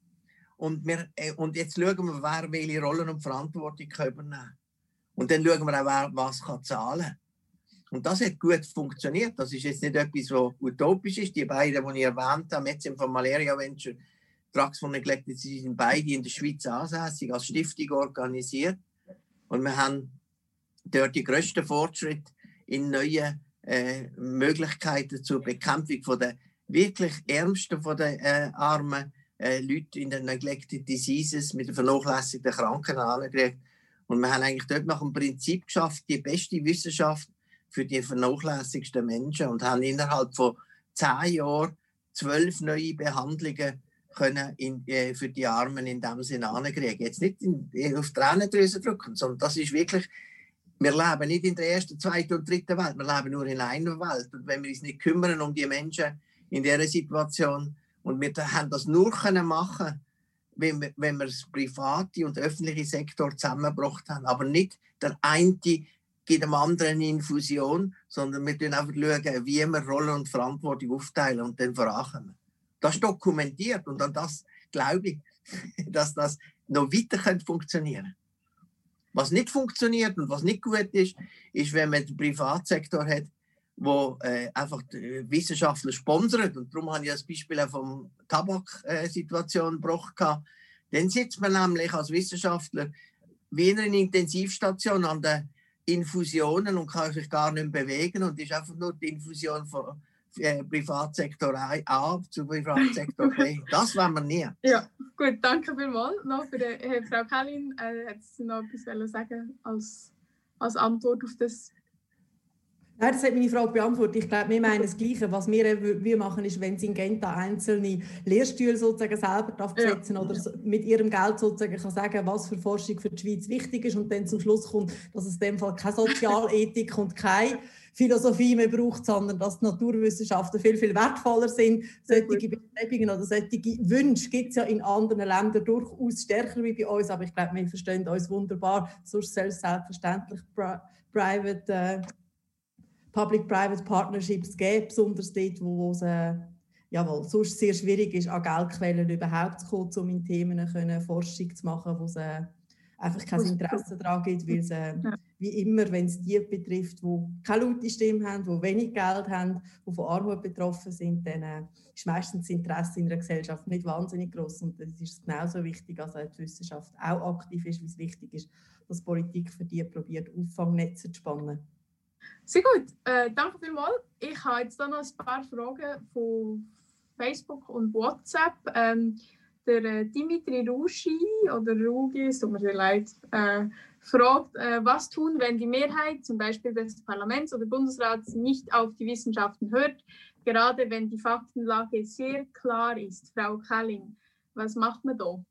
Und jetzt schauen wir, wer welche Rollen und Verantwortung übernehmen kann. Und dann schauen wir auch, wer was zahlen kann. Und das hat gut funktioniert. Das ist jetzt nicht etwas, was utopisch ist. Die beiden, die ich erwähnt habe, Medicine for Malaria Venture, Drugs for Neglected Diseases, sind beide in der Schweiz ansässig, als Stiftung organisiert. Und wir haben dort die grössten Fortschritte in neuen Möglichkeiten zur Bekämpfung von der wirklich ärmsten von den armen Leuten in den Neglected Diseases mit den vernachlässigten Krankheiten angekriegt. Und wir haben eigentlich dort nach dem Prinzip geschafft, die beste Wissenschaft für die vernachlässigsten Menschen und haben innerhalb von 10 Jahren 12 neue Behandlungen können für die Armen in diesem Sinne ankriegen. Jetzt nicht auf die Tränendrüse drücken, sondern das ist wirklich, wir leben nicht in der ersten, zweiten und dritten Welt, wir leben nur in einer Welt. Und wenn wir uns nicht kümmern um die Menschen in dieser Situation, und wir haben das nur können machen, wenn wir das private und öffentliche Sektor zusammengebracht haben, aber nicht der eine gibt dem anderen eine Infusion, sondern wir schauen einfach, wie wir Rolle und Verantwortung aufteilen und dann vorankommen. Das ist dokumentiert und an das glaube ich, dass das noch weiter funktionieren könnte. Was nicht funktioniert und was nicht gut ist, ist, wenn man den Privatsektor hat, wo einfach die Wissenschaftler sponsert. Und darum habe ich das Beispiel auch von der Tabaksituation gebracht. Dann sitzt man nämlich als Wissenschaftler wie in einer Intensivstation an den Infusionen und kann sich gar nicht mehr bewegen und ist einfach nur die Infusion von Privatsektor A zu Privatsektor B. Das wollen wir nie. Ja, gut, danke vielmals. Noch für die, Frau Kählin, hat sie noch etwas sagen als Antwort auf das? Nein, das hat meine Frage beantwortet. Ich glaube, wir meinen das Gleiche. Was wir machen, ist, wenn Syngenta einzelne Lehrstühle sozusagen selber besetzen oder mit ihrem Geld sozusagen kann sagen, was für Forschung für die Schweiz wichtig ist und dann zum Schluss kommt, dass es in dem Fall keine Sozialethik und keine Philosophie mehr braucht, sondern dass die Naturwissenschaften viel, viel wertvoller sind. Solche Bestrebungen oder solche Wünsche gibt es ja in anderen Ländern durchaus stärker wie bei uns, aber ich glaube, wir verstehen uns wunderbar. Sonst selbstverständlich Public-Private Partnerships geben, besonders dort, wo es sonst sehr schwierig ist, an Geldquellen überhaupt zu kommen, um in Themen Forschung zu machen, wo es einfach kein Interesse daran gibt, weil es wie immer, wenn es die betrifft, die keine laute Stimme haben, die wenig Geld haben, die von Armut betroffen sind, dann ist meistens das Interesse in der Gesellschaft nicht wahnsinnig groß. Und das ist genauso wichtig, als die Wissenschaft auch aktiv ist, wie es wichtig ist, dass Politik für die probiert, Auffangnetze zu spannen. Sehr gut, danke vielmals. Ich habe jetzt noch ein paar Fragen von Facebook und WhatsApp. Der Dimitri Rugi, oder Rugi, es tut mir sehr leid, fragt, was tun, wenn die Mehrheit, zum Beispiel des Parlaments oder Bundesrats, nicht auf die Wissenschaften hört, gerade wenn die Faktenlage sehr klar ist. Frau Kählin, was macht man da?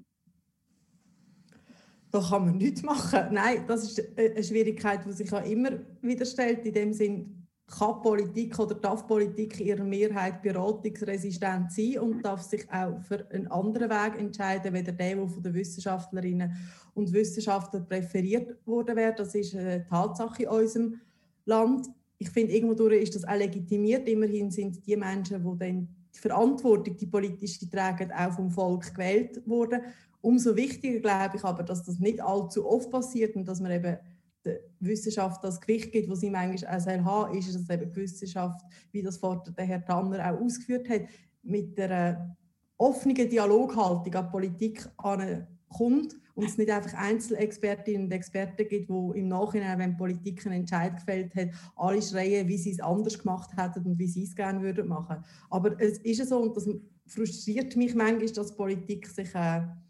Da kann man nichts machen. Nein, das ist eine Schwierigkeit, die sich ja immer wieder stellt. In dem Sinn, kann Politik oder darf Politik in ihrer Mehrheit beratungsresistent sein und darf sich auch für einen anderen Weg entscheiden, weder der von den Wissenschaftlerinnen und Wissenschaftlern präferiert worden wäre. Das ist eine Tatsache in unserem Land. Ich finde, irgendwo ist das auch legitimiert. Immerhin sind die Menschen, die dann die Verantwortung, die politische tragen, auch vom Volk gewählt wurden. Umso wichtiger, glaube ich, aber, dass das nicht allzu oft passiert und dass man eben der Wissenschaft das Gewicht gibt, was sie manchmal auch soll haben, ist, dass eben die Wissenschaft, wie das vorher der Herr Tanner auch ausgeführt hat, mit der offenen Dialoghaltung an Politik kommt und es nicht einfach Einzelexpertinnen und Experten gibt, die im Nachhinein, wenn Politik einen Entscheid gefällt hat, alle schreien, wie sie es anders gemacht hätten und wie sie es gerne würden machen. Aber es ist so, und das frustriert mich manchmal, dass Politik sich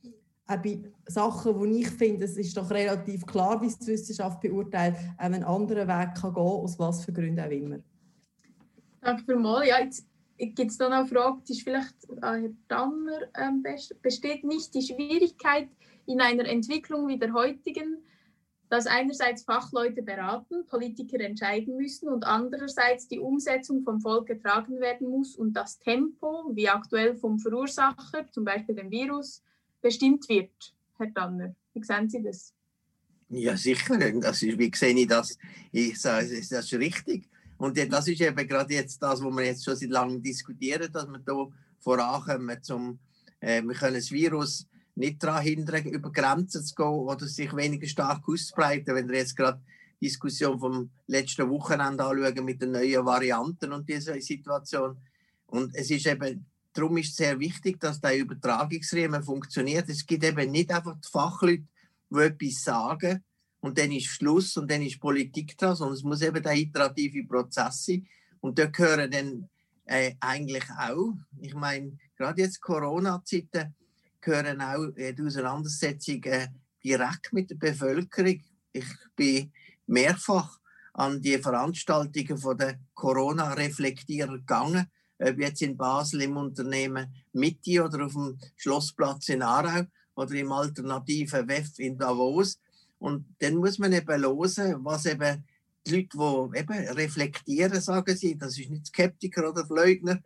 auch bei Sachen, wo ich finde, es ist doch relativ klar, wie es die Wissenschaft beurteilt, auch einen anderen Weg kann gehen, aus was für Gründen auch immer. Danke vielmals. Ja, jetzt gibt es dann auch eine Frage, die ist vielleicht Herr Tanner besteht nicht die Schwierigkeit in einer Entwicklung wie der heutigen, dass einerseits Fachleute beraten, Politiker entscheiden müssen und andererseits die Umsetzung vom Volk getragen werden muss und das Tempo, wie aktuell vom Verursacher, zum Beispiel dem Virus, bestimmt wird. Herr Tanner, wie sehen Sie das? Ja, sicher. Wie sehe ich das? Ich sage, das ist richtig. Und das ist eben gerade jetzt das, was wir jetzt schon seit langem diskutieren, dass wir hier vorankommen wir können das Virus nicht daran hindern, über Grenzen zu gehen oder sich weniger stark auszubreiten. Wenn wir jetzt gerade die Diskussion vom letzten Wochenende anschauen mit den neuen Varianten und dieser Situation. Und es ist eben, darum ist es sehr wichtig, dass der Übertragungsriemen funktioniert. Es gibt eben nicht einfach die Fachleute, die etwas sagen und dann ist Schluss und dann ist Politik dran, sondern es muss eben der iterative Prozess sein. Und da gehören dann eigentlich auch, ich meine, gerade jetzt Corona-Zeiten, gehören auch die Auseinandersetzungen direkt mit der Bevölkerung. Ich bin mehrfach an die Veranstaltungen der Corona-Reflektierer gegangen, ob jetzt in Basel im Unternehmen Mitte oder auf dem Schlossplatz in Aarau oder im alternativen WEF in Davos. Und dann muss man eben hören, was eben die Leute, die eben reflektieren, sagen sie, das ist nicht Skeptiker oder Leugner,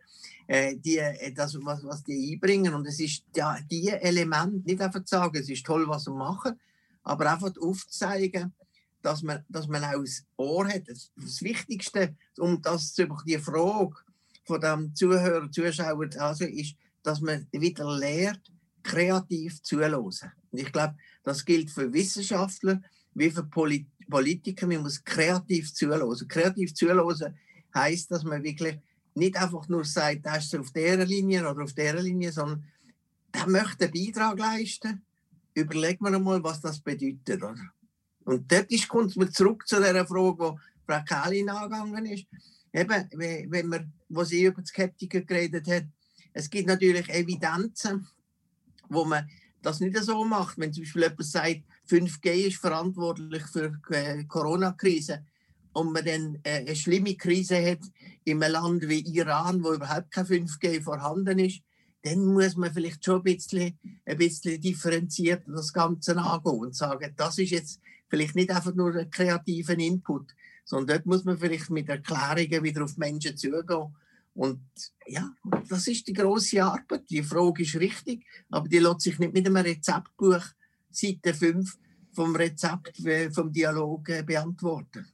was die einbringen. Und es ist ja die Elemente, nicht einfach zu sagen, es ist toll, was wir machen, aber einfach aufzuzeigen, dass man auch das Ohr hat. Das Wichtigste, um die Frage von dem Zuhörer, Zuschauer, also ist, dass man wieder lernt, kreativ zuhören. Und ich glaube, das gilt für Wissenschaftler wie für Politiker. Man muss kreativ zuhören. Kreativ zuhören heisst, dass man wirklich nicht einfach nur sagt, das ist auf dieser Linie oder auf dieser Linie, sondern der möchte einen Beitrag leisten. Überlegen wir mal, was das bedeutet. Oder? Und dort kommt man zurück zu der Frage, die Frau Kählin angegangen ist. Eben, wo sie über die Skeptiker geredet hat. Es gibt natürlich Evidenzen, wo man das nicht so macht. Wenn zum Beispiel jemand sagt, 5G ist verantwortlich für die Corona-Krise und man dann eine schlimme Krise hat in einem Land wie Iran, wo überhaupt kein 5G vorhanden ist, dann muss man vielleicht schon ein bisschen differenzierter das Ganze angehen und sagen, das ist jetzt vielleicht nicht einfach nur ein kreativer Input, sondern dort muss man vielleicht mit Erklärungen wieder auf Menschen zugehen. Und ja, das ist die grosse Arbeit. Die Frage ist richtig, aber die lässt sich nicht mit einem Rezeptbuch, Seite 5 vom Rezept, vom Dialog beantworten.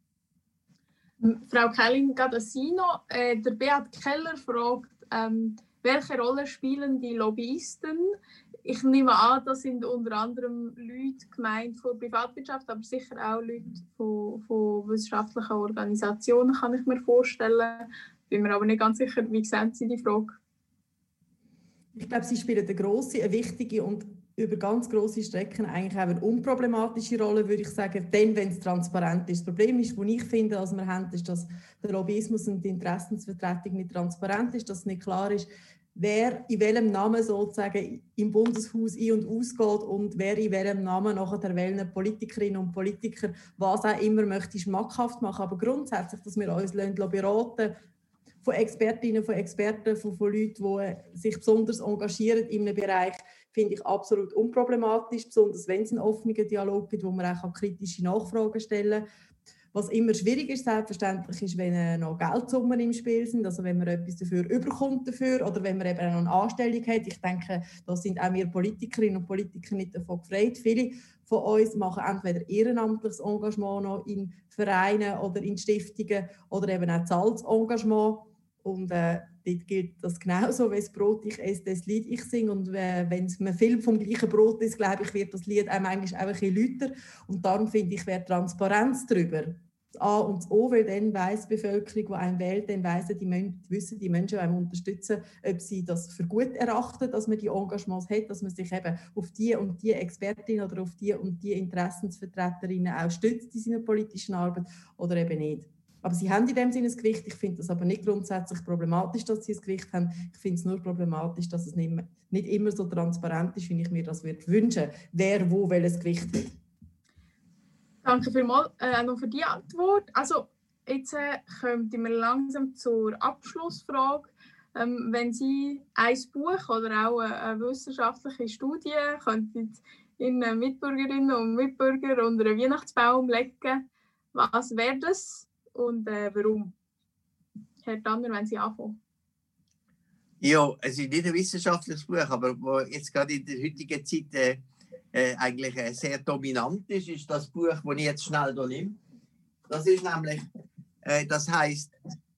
Frau Kählin, gerade Sie noch. Der Beat Keller fragt, welche Rolle spielen die Lobbyisten? Ich nehme an, das sind unter anderem Leute gemeint von der Privatwirtschaft, aber sicher auch Leute von wissenschaftlichen Organisationen, kann ich mir vorstellen. Bin mir aber nicht ganz sicher, wie sehen Sie die Frage? Ich glaube, sie spielen eine wichtige und über ganz grosse Strecken eigentlich auch eine unproblematische Rolle, würde ich sagen, dann, wenn es transparent ist. Das Problem ist, was ich finde, was wir haben, ist, dass der Lobbyismus und die Interessensvertretung nicht transparent ist, dass nicht klar ist, wer in welchem Namen sozusagen im Bundeshaus ein- und ausgeht und wer in welchem Namen nachher welchen Politikerinnen und Politiker was auch immer möchte schmackhaft machen. Aber grundsätzlich, dass wir uns beraten von Expertinnen, von Experten, von Leuten, die sich besonders engagieren in einem Bereich, finde ich absolut unproblematisch, besonders wenn es einen offenen Dialog gibt, wo man auch kritische Nachfragen stellen kann. Was immer schwierig ist, selbstverständlich, ist, wenn noch Geldsummen im Spiel sind, also wenn man etwas dafür überkommt oder wenn man eben noch eine Anstellung hat. Ich denke, da sind auch wir Politikerinnen und Politiker nicht davon gefreut. Viele von uns machen entweder ehrenamtliches Engagement noch in Vereinen oder in Stiftungen oder eben auch zahltes Engagement. Und dort gilt das genauso, wenn das Brot ich esse, das Lied ich singe. Und wenn man viel vom gleichen Brot ist, glaube ich, wird das Lied einem eigentlich auch ein bisschen lauter. Und darum finde ich, wäre Transparenz darüber. Das A und das O, weil dann weiss die Bevölkerung, die einen wählt, dann wissen die Menschen, die einen unterstützen, ob sie das für gut erachten, dass man die Engagements hat, dass man sich eben auf die und die Expertin oder auf die und die Interessensvertreterinnen auch stützt in seiner politischen Arbeit oder eben nicht. Aber sie haben in dem Sinne ein Gewicht. Ich finde das aber nicht grundsätzlich problematisch, dass sie ein Gewicht haben. Ich finde es nur problematisch, dass es nicht immer so transparent ist, wie ich mir das wünschen würde, wer wo welches Gewicht hat. Danke vielmals noch für die Antwort. Also jetzt kommen wir langsam zur Abschlussfrage. Wenn Sie ein Buch oder auch eine wissenschaftliche Studie könnten Ihren Mitbürgerinnen und Mitbürger unter einen Weihnachtsbaum legen, was wäre das und warum? Herr Tanner, wenn Sie anfangen. Ja, es ist nicht ein wissenschaftliches Buch, aber wo jetzt gerade in der heutigen Zeit eigentlich sehr dominant ist, ist das Buch, das ich jetzt schnell hier nehme. Das ist nämlich, das heißt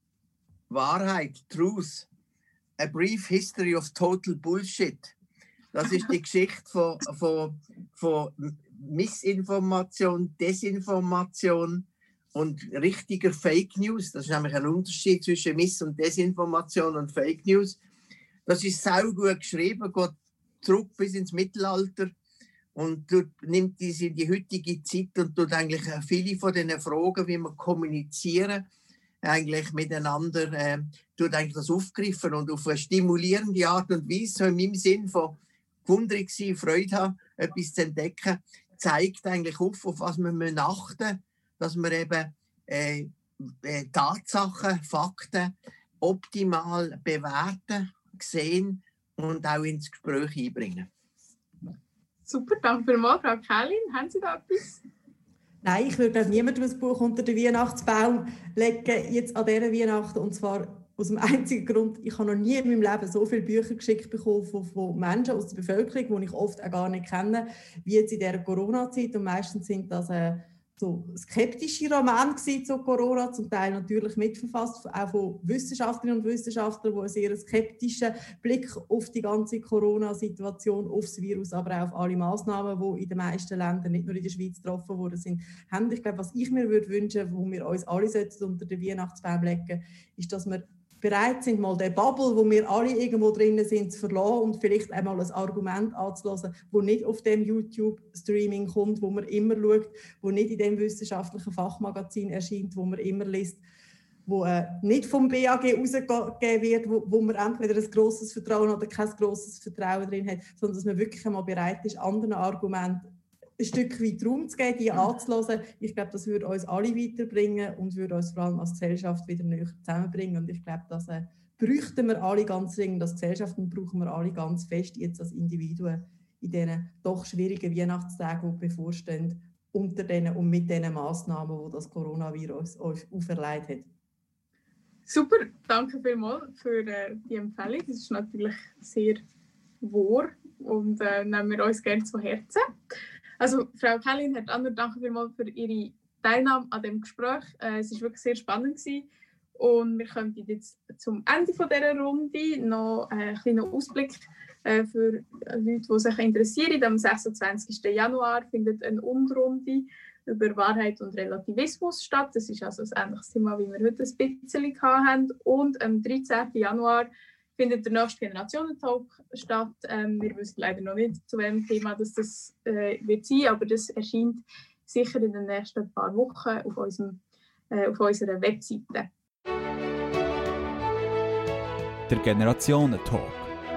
Wahrheit, Truth, A Brief History of Total Bullshit. Das ist die Geschichte von Missinformation, Desinformation und richtiger Fake News. Das ist nämlich ein Unterschied zwischen Miss- und Desinformation und Fake News. Das ist sau gut geschrieben, geht zurück bis ins Mittelalter und nimmt dies in die heutige Zeit und tut eigentlich viele von den Fragen, wie wir kommunizieren, eigentlich miteinander, tut eigentlich das aufgreifen und auf eine stimulierende Art und Weise, so in meinem Sinn von gewundrig sein, Freude haben, etwas zu entdecken, zeigt eigentlich auf was wir achten müssen, dass wir eben Tatsachen, Fakten optimal bewerten, sehen und auch ins Gespräch einbringen. Super, danke vielmals, Frau Kählin. Haben Sie da etwas? Nein, ich würde niemandem ein Buch unter den Weihnachtsbaum legen, jetzt an dieser Weihnachten. Und zwar aus dem einzigen Grund, ich habe noch nie in meinem Leben so viele Bücher geschickt bekommen von Menschen aus der Bevölkerung, die ich oft auch gar nicht kenne, wie jetzt in dieser Corona-Zeit. Und meistens sind das so skeptische Romane zu Corona, zum Teil natürlich mitverfasst, auch von Wissenschaftlerinnen und Wissenschaftlern, die einen sehr skeptischen Blick auf die ganze Corona-Situation, auf das Virus, aber auch auf alle Massnahmen, die in den meisten Ländern, nicht nur in der Schweiz, getroffen worden sind, haben. Ich glaube, was ich mir wünschen würde, wo wir uns alle unter den Weihnachtsbaum legen, ist, dass wir bereit sind, mal den Bubble, wo wir alle irgendwo drinnen sind, zu verlassen und vielleicht einmal ein Argument anzulassen, das nicht auf dem YouTube-Streaming kommt, wo man immer schaut, wo nicht in dem wissenschaftlichen Fachmagazin erscheint, wo man immer liest, wo nicht vom BAG herausgegeben wird, wo man entweder ein grosses Vertrauen oder kein grosses Vertrauen drin hat, sondern dass man wirklich einmal bereit ist, anderen Argumenten ein Stück weit Raum zu geben, die anzuhören. Ich glaube, das würde uns alle weiterbringen und würde uns vor allem als Gesellschaft wieder näher zusammenbringen. Und ich glaube, das bräuchten wir alle ganz dringend als Gesellschaft und brauchen wir alle ganz fest jetzt als Individuen in diesen doch schwierigen Weihnachtstagen, die bevorstehen, unter denen und mit diesen Massnahmen, die das Coronavirus uns auferlegt hat. Super, danke vielmals für die Empfehlung. Das ist natürlich sehr wahr und nehmen wir uns gerne zu Herzen. Also, Frau Kählin, Herr Tanner, danke vielmals für Ihre Teilnahme an diesem Gespräch. Es war wirklich sehr spannend gewesen. Und wir kommen jetzt zum Ende dieser Runde noch einen kleinen Ausblick für Leute, die sich interessieren. Am 26. Januar findet eine Umrunde über Wahrheit und Relativismus statt. Das ist also ein ähnliches Thema, wie wir heute ein bisschen hatten. Und am 13. Januar findet der nächste Generationentalk statt. Wir wissen leider noch nicht, zu welchem Thema das wird sein, aber das erscheint sicher in den nächsten paar Wochen auf unserer Webseite. Der Generationentalk.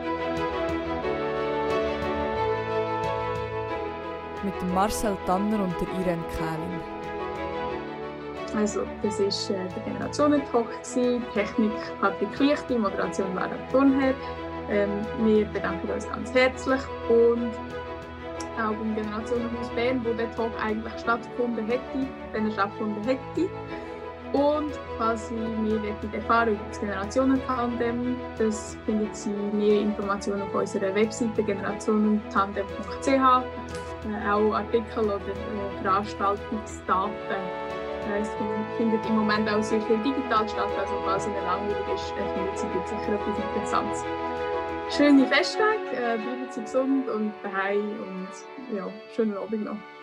Mit dem Marcel Tanner und der Irene Kählin. Also, das war der Generationentalk. Technik Patrick Lichti, Moderation Lara Thurnherr. Wir bedanken uns ganz herzlich und auch beim Generationenhaus Bern, wo der Talk eigentlich stattgefunden hätte, wenn er stattgefunden hätte. Und falls Sie mehr erfahren über das Generationentandem, das finden Sie mehr Informationen auf unserer Webseite generationentandem.ch, auch Artikel oder Veranstaltungsdaten. Es findet im Moment auch sehr viel digital statt, also falls Ihnen langweilig ist, findet Sie dort sicher etwas Interessantes. Schöne Festtage, bleiben Sie gesund und daheim und ja, schönen Abend noch.